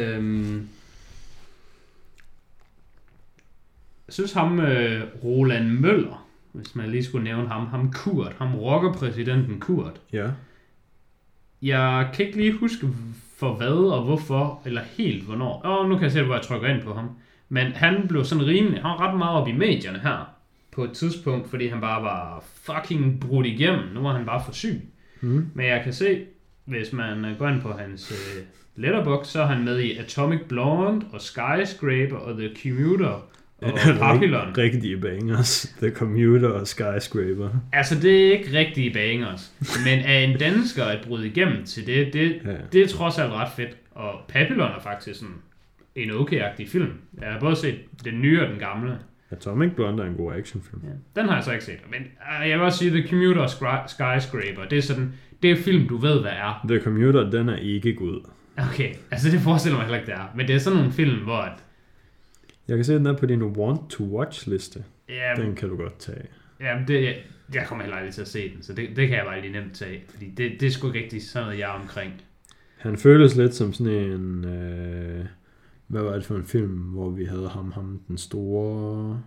Jeg synes ham, Roland Møller, hvis man lige skulle nævne ham Kurt, ham rockerpræsidenten Kurt. Ja. Jeg kan ikke lige huske for hvad og hvorfor, eller helt hvornår. Nu kan jeg se, hvor jeg trykker ind på ham. Men han blev sådan rimelig, han var ret meget op i medierne her, på et tidspunkt, fordi han bare var fucking brudt igennem. Nu var han bare for syg. Men jeg kan se, hvis man går ind på hans letterbox, så er han med i Atomic Blonde, og Skyscraper, og The Commuter, og Papillon. Rigtige bangers. The Commuter og Skyscraper. Altså, det er ikke rigtige bangers. Men er en dansker at bryde igennem til det er trods alt ret fedt. Og Papillon er faktisk sådan en okay-agtig film. Jeg har både set den nye og den gamle. Atomic Blonde er en god actionfilm. Ja, den har jeg så ikke set. Men jeg vil også sige, The Commuter og Skyscraper, det er sådan, det er film, du ved, hvad er. The Commuter, den er ikke god. Okay, altså det forestiller mig heller ikke, det er. Men det er sådan nogle film, hvor... Jeg kan se, den er på din want to watch liste. Ja, den kan du godt tage. Ja, jeg kommer heller aldrig til at se den, så det kan jeg bare lige nemt tage. Fordi det er sgu ikke rigtig sådan noget, jeg er omkring. Han føles lidt som sådan en... hvad var det for en film, hvor vi havde ham den store...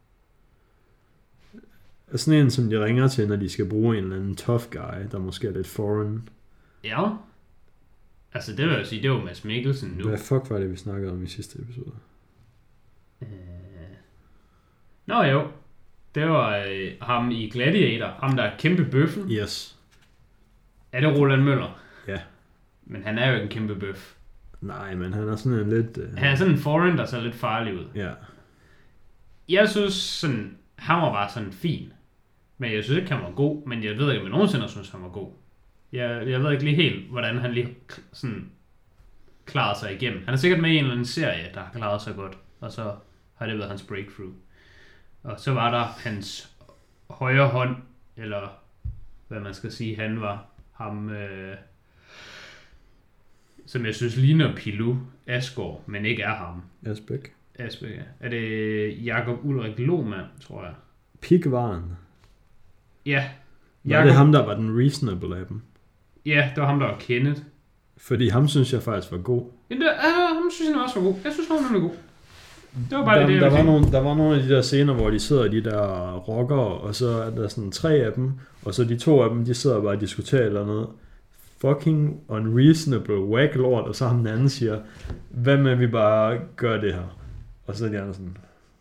Sådan en, som de ringer til, når de skal bruge en eller anden tough guy, der måske er lidt foreign. Ja. Altså, det vil jeg sige, det var Mads Mikkelsen nu. Hvad fuck var det, vi snakkede om i sidste episode? Nå jo. Det var ham i Gladiator. Ham, der er kæmpe bøffen. Yes. Er det Roland Møller? Ja. Men han er jo ikke en kæmpe bøf. Nej, men han er sådan en lidt... Han er sådan en foreign, der ser lidt farlig ud. Ja. Jeg synes sådan... Han var bare sådan fin. Men jeg synes ikke, han var god. Men jeg ved ikke, om jeg nogensinde synes, han var god. Jeg ved ikke lige helt, hvordan han lige sådan klarede sig igennem. Han er sikkert med i en eller anden serie, der har klaret sig godt. Og så har det været hans breakthrough. Og så var der hans højre hånd, eller hvad man skal sige, han var ham, som jeg synes ligner Pilou Asgaard, men ikke er ham. Asbæk, ja. Er det Jakob Ulrik Lohmann, tror jeg? Pikvaren. Ja. Var det ham, der var den reasonable af dem? Ja, det var ham, der var Kenneth. Fordi ham synes jeg faktisk var god. Ja, ham synes jeg også var god. Jeg synes, han var god. Det var bare der var nogle af de der scener, hvor de sidder de der rockere, og så er der sådan 3 af dem, og så de 2 af dem, de sidder bare og diskuterer eller noget. Fucking unreasonable whack lord, og så ham den anden siger, hvad med vi bare gør det her? Og så er de andre sådan,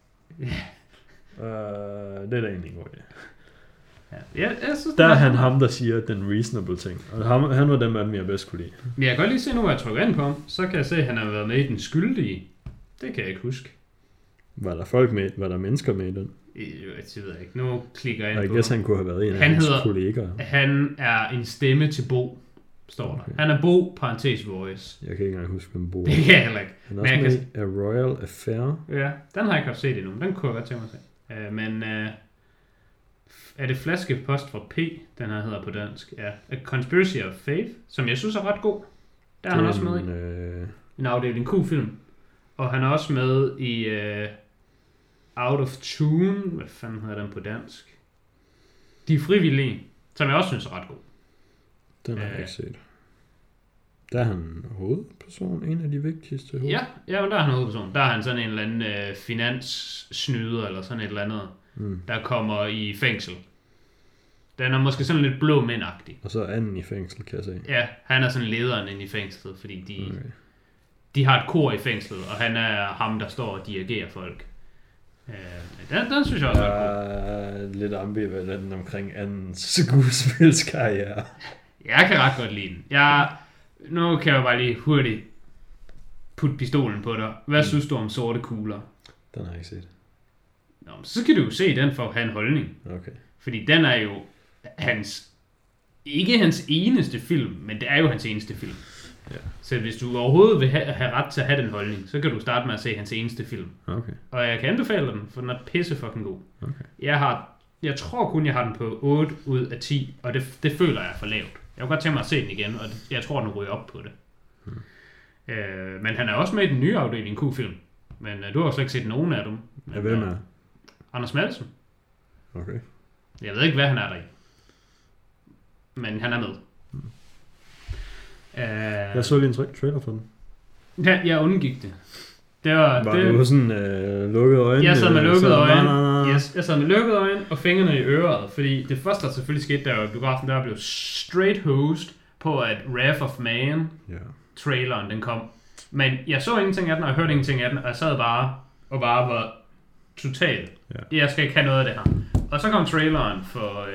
det er da egentlig en god idé. Ja, jeg synes, der er han ham, der siger den reasonable ting. Og han var den af dem, jeg bedst kunne lide. Men jeg kan godt lige se nu, hvor jeg trykker ind på ham. Så kan jeg se, at han har været med i Den Skyldige. Det kan jeg ikke huske. Var der folk med? Var der mennesker med i den? Jeg ved ikke. Nu klikker jeg ind på ham. Og jeg han kunne have været en af hans kollegaer. Han er en stemme til Bo. står der. Han er Bo, parentes voice. Jeg kan ikke engang huske, hvem Bo er. Det kan jeg heller ikke. Han er også med i A Royal Affair. Ja, den har jeg ikke haft set endnu. Den kunne jeg godt tænke mig at se. Men er det Flaskepost fra P, den her hedder på dansk? Ja, A Conspiracy of Faith, som jeg synes er ret god. Der er han også med i. En afdeling Q-film. Og han er også med i Out of Tune. Hvad fanden hedder den på dansk? De frivillige, som jeg også synes er ret god. Den har jeg ikke set. Der er han hovedperson, en af de vigtigste men der er han hovedperson. Der er han sådan en eller anden finanssnyder, eller sådan et eller andet, der kommer i fængsel. Den er måske sådan lidt blå mændagtig. Og så anden i fængsel, kan jeg se. Ja, han er sådan lederen inde i fængslet, fordi de har et kor i fængslet, og han er ham, der står og dirigerer folk. Den synes jeg også er god. Lidt ambivalent omkring andens skuespilskarriere. Jeg kan ret godt lide den. Nu kan jeg bare lige hurtigt putte pistolen på dig. Hvad synes du om Sorte Kugler? Den har jeg ikke set. Nå, så skal du jo se den for at have en holdning. Okay. Fordi den er jo ikke hans eneste film, men det er jo hans eneste film. Ja. Så hvis du overhovedet vil have ret til at have den holdning, så kan du starte med at se hans eneste film. Okay. Og jeg kan anbefale den, for den er pisse fucking god. Okay. Jeg tror kun, jeg har den på 8 ud af 10, og det føler jeg er for lavt. Jeg kunne godt tænke mig at se den igen, og jeg tror, den ryger op på det. Men han er også med i den nye afdeling Q-film. Men du har jo slet ikke set nogen af dem. Ja, hvem er? Anders Madsen. Okay. Jeg ved ikke, hvad han er der i. Men han er med. Jeg så lige en trailer for den. Ja, jeg undgik det. Det var du sådan lukkede øjne? Jeg sad med lukkede øjne. Yes, jeg sad med lukkede øjne og fingrene i øret, fordi det første, der selvfølgelig skete, der var biografen, der blev straight host på, at Wrath of Man traileren, den kom. Men jeg så ingenting af den, og jeg hørte ingenting af den, og jeg sad bare var totalt. Jeg skal ikke have noget af det her. Og så kom traileren for...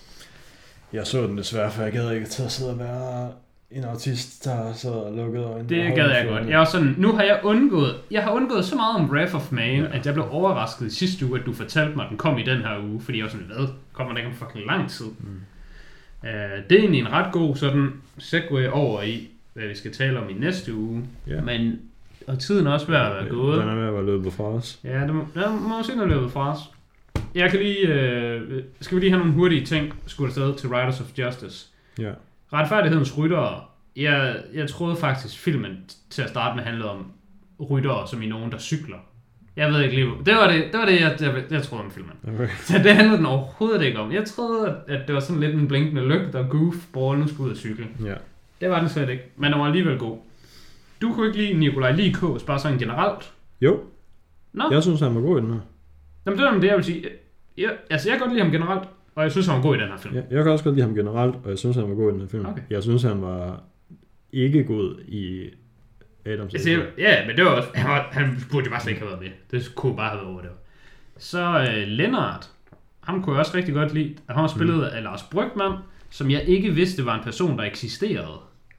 Jeg så den desværre, for jeg gad ikke til at sidde og være en autist, der sad og lukkede øjne. Det gad jeg godt. Jeg var sådan, nu har jeg har undgået så meget om Wrath of Man, at jeg blev overrasket i sidste uge, at du fortalte mig, at den kom i den her uge, fordi jeg var sådan, hvad? Kommer den ikke om fucking lang tid? Det er egentlig en ret god sådan segue over i, hvad vi skal tale om i næste uge. Men og tiden er også ved at være gået. Den er ved at være løbet fra os. Ja, den må også være løbet fra os. Jeg kan lige... skal vi lige have nogle hurtige ting skudt afsted til Riders of Justice? Ja. Retfærdighedens ryttere. Jeg troede faktisk, filmen til at starte med handlede om ryttere, som i nogen, der cykler. Jeg ved ikke lige... Det var det jeg troede om filmen. Okay. Så det handlede den overhovedet ikke om. Jeg troede, at det var sådan lidt en blinkende lygte, og goofball nu skulle ud og cykle. Ja. Det var den slet ikke. Men den var alligevel god. Du kunne ikke lide Nikolaj Likås, bare sådan generelt? Jo. Nå? Jeg synes, han var god i den her. Jamen, det er det, jeg vil sige. Jeg kan godt lide ham generelt, og jeg synes, han var god i den her film. Ja, jeg kan også godt lide ham generelt, og jeg synes, han var god i den her film. Okay. Jeg synes, han var ikke god i Adams Æbler. Ja, men det var også... Han burde jo bare slet ikke have været med. Det kunne bare have været over det. Så Lennart, ham kunne jeg også rigtig godt lide. Han var spillet af Lars Brygmann, som jeg ikke vidste var en person, der eksisterede.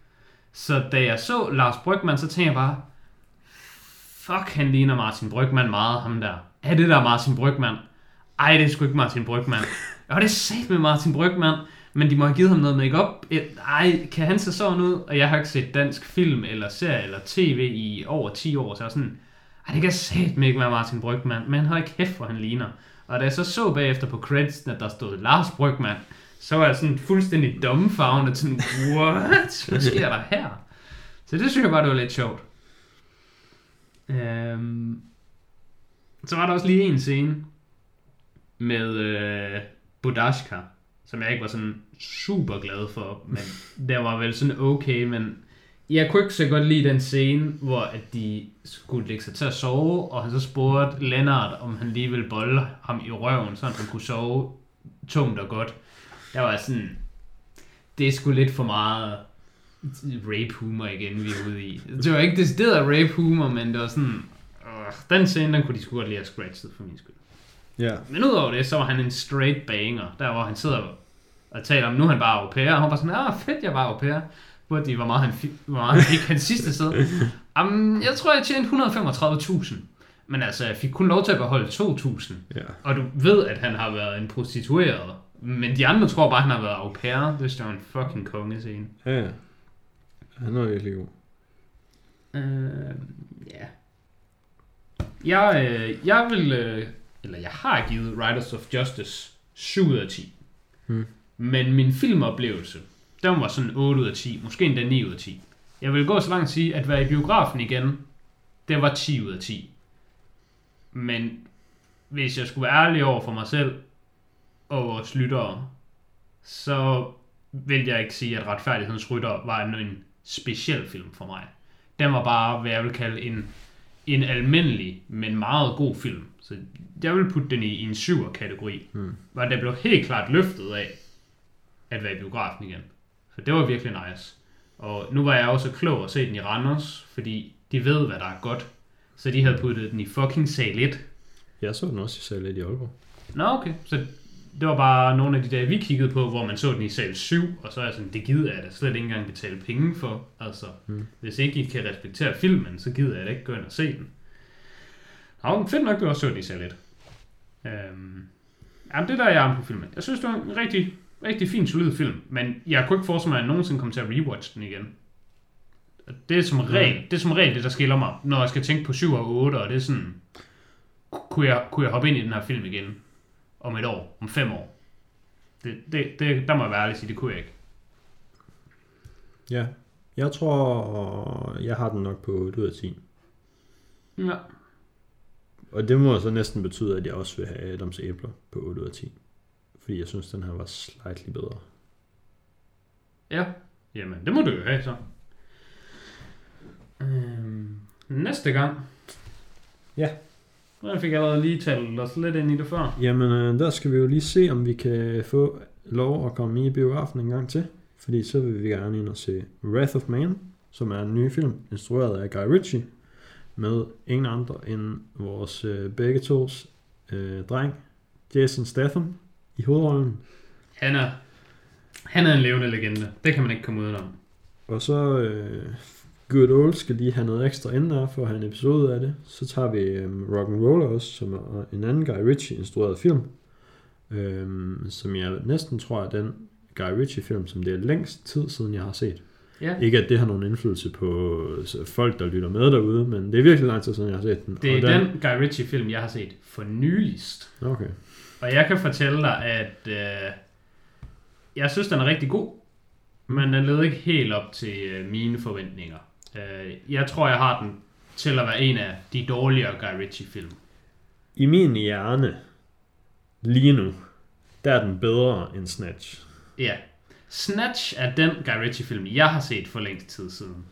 Så da jeg så Lars Brygmann, så tænkte jeg bare, fuck, han ligner Martin Brygmann meget, ham der. Er det der Martin Brygmann? Ej, det er sgu ikke Martin Brygmann. Og det er sat med Martin Brygmann, men de må have givet ham noget make-up. Ej, kan han se sådan ud? Og jeg har ikke set dansk film, eller serie, eller tv i over 10 år, så jeg sådan, ej, det kan sat med ikke være Martin Brygmann, men han har ikke kæft, hvor han ligner. Og da jeg så bagefter på credits, at der stod Lars Brygmann, så var jeg sådan fuldstændig dumbfounded, sådan, what? Hvad sker der her? Så det synes jeg bare, det var lidt sjovt. Så var der også lige en scene med Budashka, som jeg ikke var sådan super glad for, men der var vel sådan okay, men jeg kunne ikke så godt lide den scene, hvor at de skulle lægge sig til at sove, og han så spurgte Lennart, om han lige ville bolde ham i røven, så han kunne sove tungt og godt. Der var sådan, det er sgu lidt for meget rape humor igen, vi er ude i. Det var ikke decideret rape humor, men det var sådan, den scene, den kunne de sgu godt lige have scratchet for min skyld. Ja. Men udover det, så var han en straight banger, der hvor han sidder og taler om, nu er han bare au pair, og han var sådan, fedt, jeg var au pair. Spurgte de, hvor meget han fik hans sidste sted. Jeg tror, jeg tjente 135.000. Men altså, jeg fik kun lov til at beholde 2.000. Ja. Og du ved, at han har været en prostitueret. Men de andre tror bare, at han har været au pair. Det er jo en fucking kongescene. Ja. Han er virkelig god. Ja. Jeg har givet Riders of Justice 7 ud af 10. Men min filmoplevelse, den var sådan 8 ud af 10, måske endda 9 ud af 10. Jeg vil gå så langt at sige, at være i biografen igen, det var 10 ud af 10. Men hvis jeg skulle være ærlig over for mig selv og vores lyttere, så vil jeg ikke sige, at Retfærdighedens Rytter var en speciel film for mig. Den var bare, hvad jeg vil kalde en almindelig, men meget god film. Så jeg vil putte den i en 7'er-kategori. Hvor det blev helt klart løftet af at være i biografen igen. Så det var virkelig nice. Og nu var jeg også klog at se den i Randers, fordi de ved, hvad der er godt. Så de havde puttet den i fucking sal 1. Jeg så den også i sal 1 i Aalborg. Nå, okay. Så det var bare nogle af de dage, vi kiggede på, hvor man så den i sal 7, og så er jeg sådan, det gider jeg da slet ikke engang betale penge for. Altså, hvis ikke I kan respektere filmen, så gider jeg da ikke gå ind og se den. Og fedt nok, du også så den i sal 1. Jamen, det der jeg er på filmen. Jeg synes, det var en rigtig, rigtig fin, solid film, men jeg kunne ikke forestille mig, at jeg nogensinde kommer til at rewatch den igen. Det er som regel det, der skiller mig, når jeg skal tænke på 7 og 8, og det er sådan, kunne jeg hoppe ind i den her film igen om et år, om 5 år? Der må jeg være ærlig at sige, det kunne jeg ikke. Ja, jeg tror, jeg har den nok på 8 ud af 10. Ja. Og det må så næsten betyde, at jeg også vil have Adams Æbler på 8 ud af 10. Fordi jeg synes, den her var slightly bedre. Ja, jamen det må du jo have så. Næste gang. Ja. Jeg fik allerede lige talt os lidt ind i det før. Jamen, der skal vi jo lige se, om vi kan få lov at komme i biografen en gang til. Fordi så vil vi gerne ind og se Wrath of Man, som er en ny film, instrueret af Guy Ritchie, med ingen andre end vores begge tos dreng, Jason Statham, i hovedrollen. Han er en levende legende. Det kan man ikke komme udenom. Og så Good Old skal lige have noget ekstra ind der for at have en episode af det. Så tager vi Rock'n'Roller også, som er en anden Guy Ritchie instrueret film, som jeg næsten tror er den Guy Ritchie film, som det er længst tid siden jeg har set. Ja. Ikke at det har nogen indflydelse på folk, der lytter med derude, men det er virkelig lang tid siden jeg har set den. Det er den Guy Ritchie film, jeg har set for nyligst. Okay. Og jeg kan fortælle dig, at jeg synes, den er rigtig god, men den leder ikke helt op til mine forventninger. Jeg tror, jeg har den til at være en af de dårligere Guy Ritchie-film. I min hjerne, lige nu, der er den bedre end Snatch. Ja. Snatch er den Guy Ritchie-film, jeg har set for længst tid siden.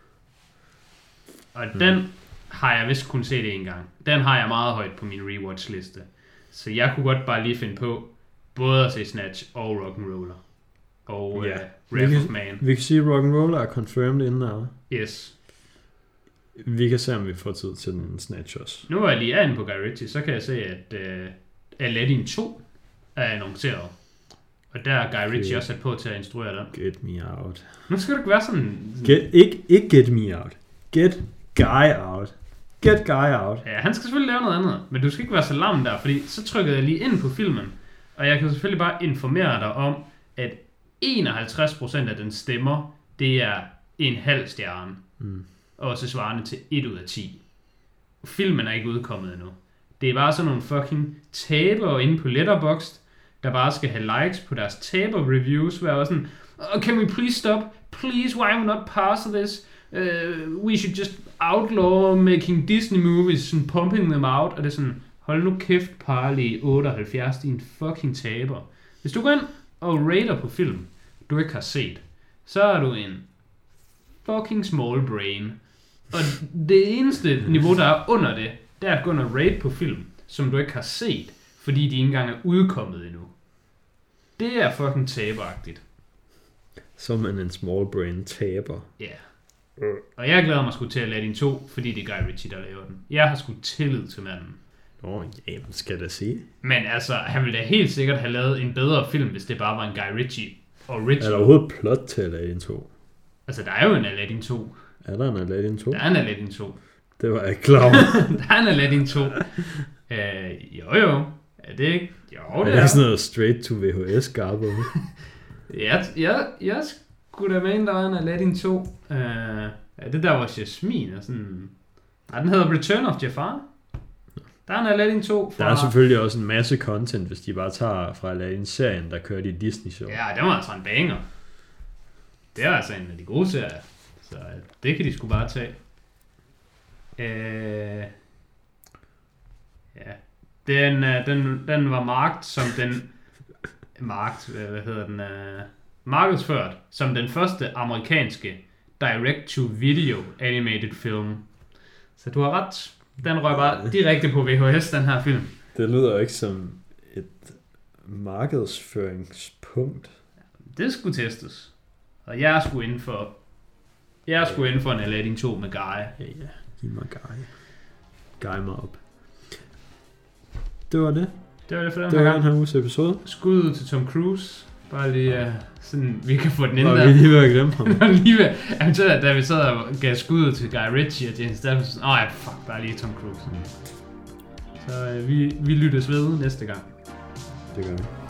Og den har jeg vist kun set en gang. Den har jeg meget højt på min rewatch-liste. Så jeg kunne godt bare lige finde på både at se Snatch og Rock'n'Roller. Og Wrath of Man. Vi kan sige, at Rock'n'Roller er confirmed inden der. Yes. Vi kan se, om vi får tid til den Snatch også. Nu er jeg lige an på Guy Ritchie, så kan jeg se, at Aladdin 2 er annonceret. Og der er Guy Ritchie også sat på til at instruere den. Get me out. Nu skal det ikke være sådan... Ikke get me out. Get Guy out. Get Guy out. Ja, han skal selvfølgelig lave noget andet. Men du skal ikke være så lam der, fordi så trykkede jeg lige ind på filmen. Og jeg kan selvfølgelig bare informere dig om, at 51% af den stemmer, det er en halv stjerne. Også svarende til 1 ud af 10. Filmen er ikke udkommet endnu. Det er bare sådan nogle fucking tabere inde på Letterboxd, der bare skal have likes på deres taber-reviews, hvor jeg var sådan, can we please stop? Please, why are we not past this? We should just outlaw making Disney movies and pumping them out. Og det er sådan, hold nu kæft, Parley 78, din fucking taber. Hvis du går ind og rater på film, du ikke har set, så er du en fucking small brain. Og det eneste niveau, der er under det, det er at gå ind og rate på film, som du ikke har set, fordi de ikke engang er udkommet endnu. Det er fucking taberagtigt. Så man en small brain taber. Ja. Yeah. Og jeg glæder mig sgu til at lade din 2, fordi det er Guy Ritchie, der laver den. Jeg har sgu tillid til manden. Ja, man skal da sige. Men altså, han ville da helt sikkert have lavet en bedre film, hvis det bare var en Guy Ritchie. Og Ritchie. Er der overhovedet plot til Aladdin 2? Altså, der er jo en Aladdin 2. Er der en Aladdin 2? Der er en Aladdin 2. Det var jeg klar over. Der er en Aladdin 2. Jo. Er det ikke? Jo, det er. Det er sådan noget straight to VHS garbo. kunne da mene, der var en Aladdin 2. Det der var Jasmine og sådan... Nej, den hedder Return of Jafar. Der er en Aladdin 2 fra... Der er selvfølgelig også en masse content, hvis de bare tager fra Aladdin-serien, der kører de i Disney-show. Ja, det var altså en banger. Det er altså en af de gode serier. Så det kan de sgu bare tage. Ja. Den var marked som den... markedsført som den første amerikanske direct-to-video animated film. Så du har ret. Den røg bare direkte på VHS, den her film. Det lyder jo ikke som et markedsføringspunkt. Det skulle testes. Og jeg er sgu inden for en Aladdin 2 med Guy. Ja, giv mig Guy. Guy mig op. Det var det. Det var det for den det her var gang. Den her uges episode. Skud til Tom Cruise. Bare lige sådan, vi kan få den ind der. Og vi lige ved at glemme ham. Da vi sad og gav skud til Guy Ritchie og James Stephenson. Bare lige Tom Cruise. Så vi lyttes ved næste gang. Det gør vi.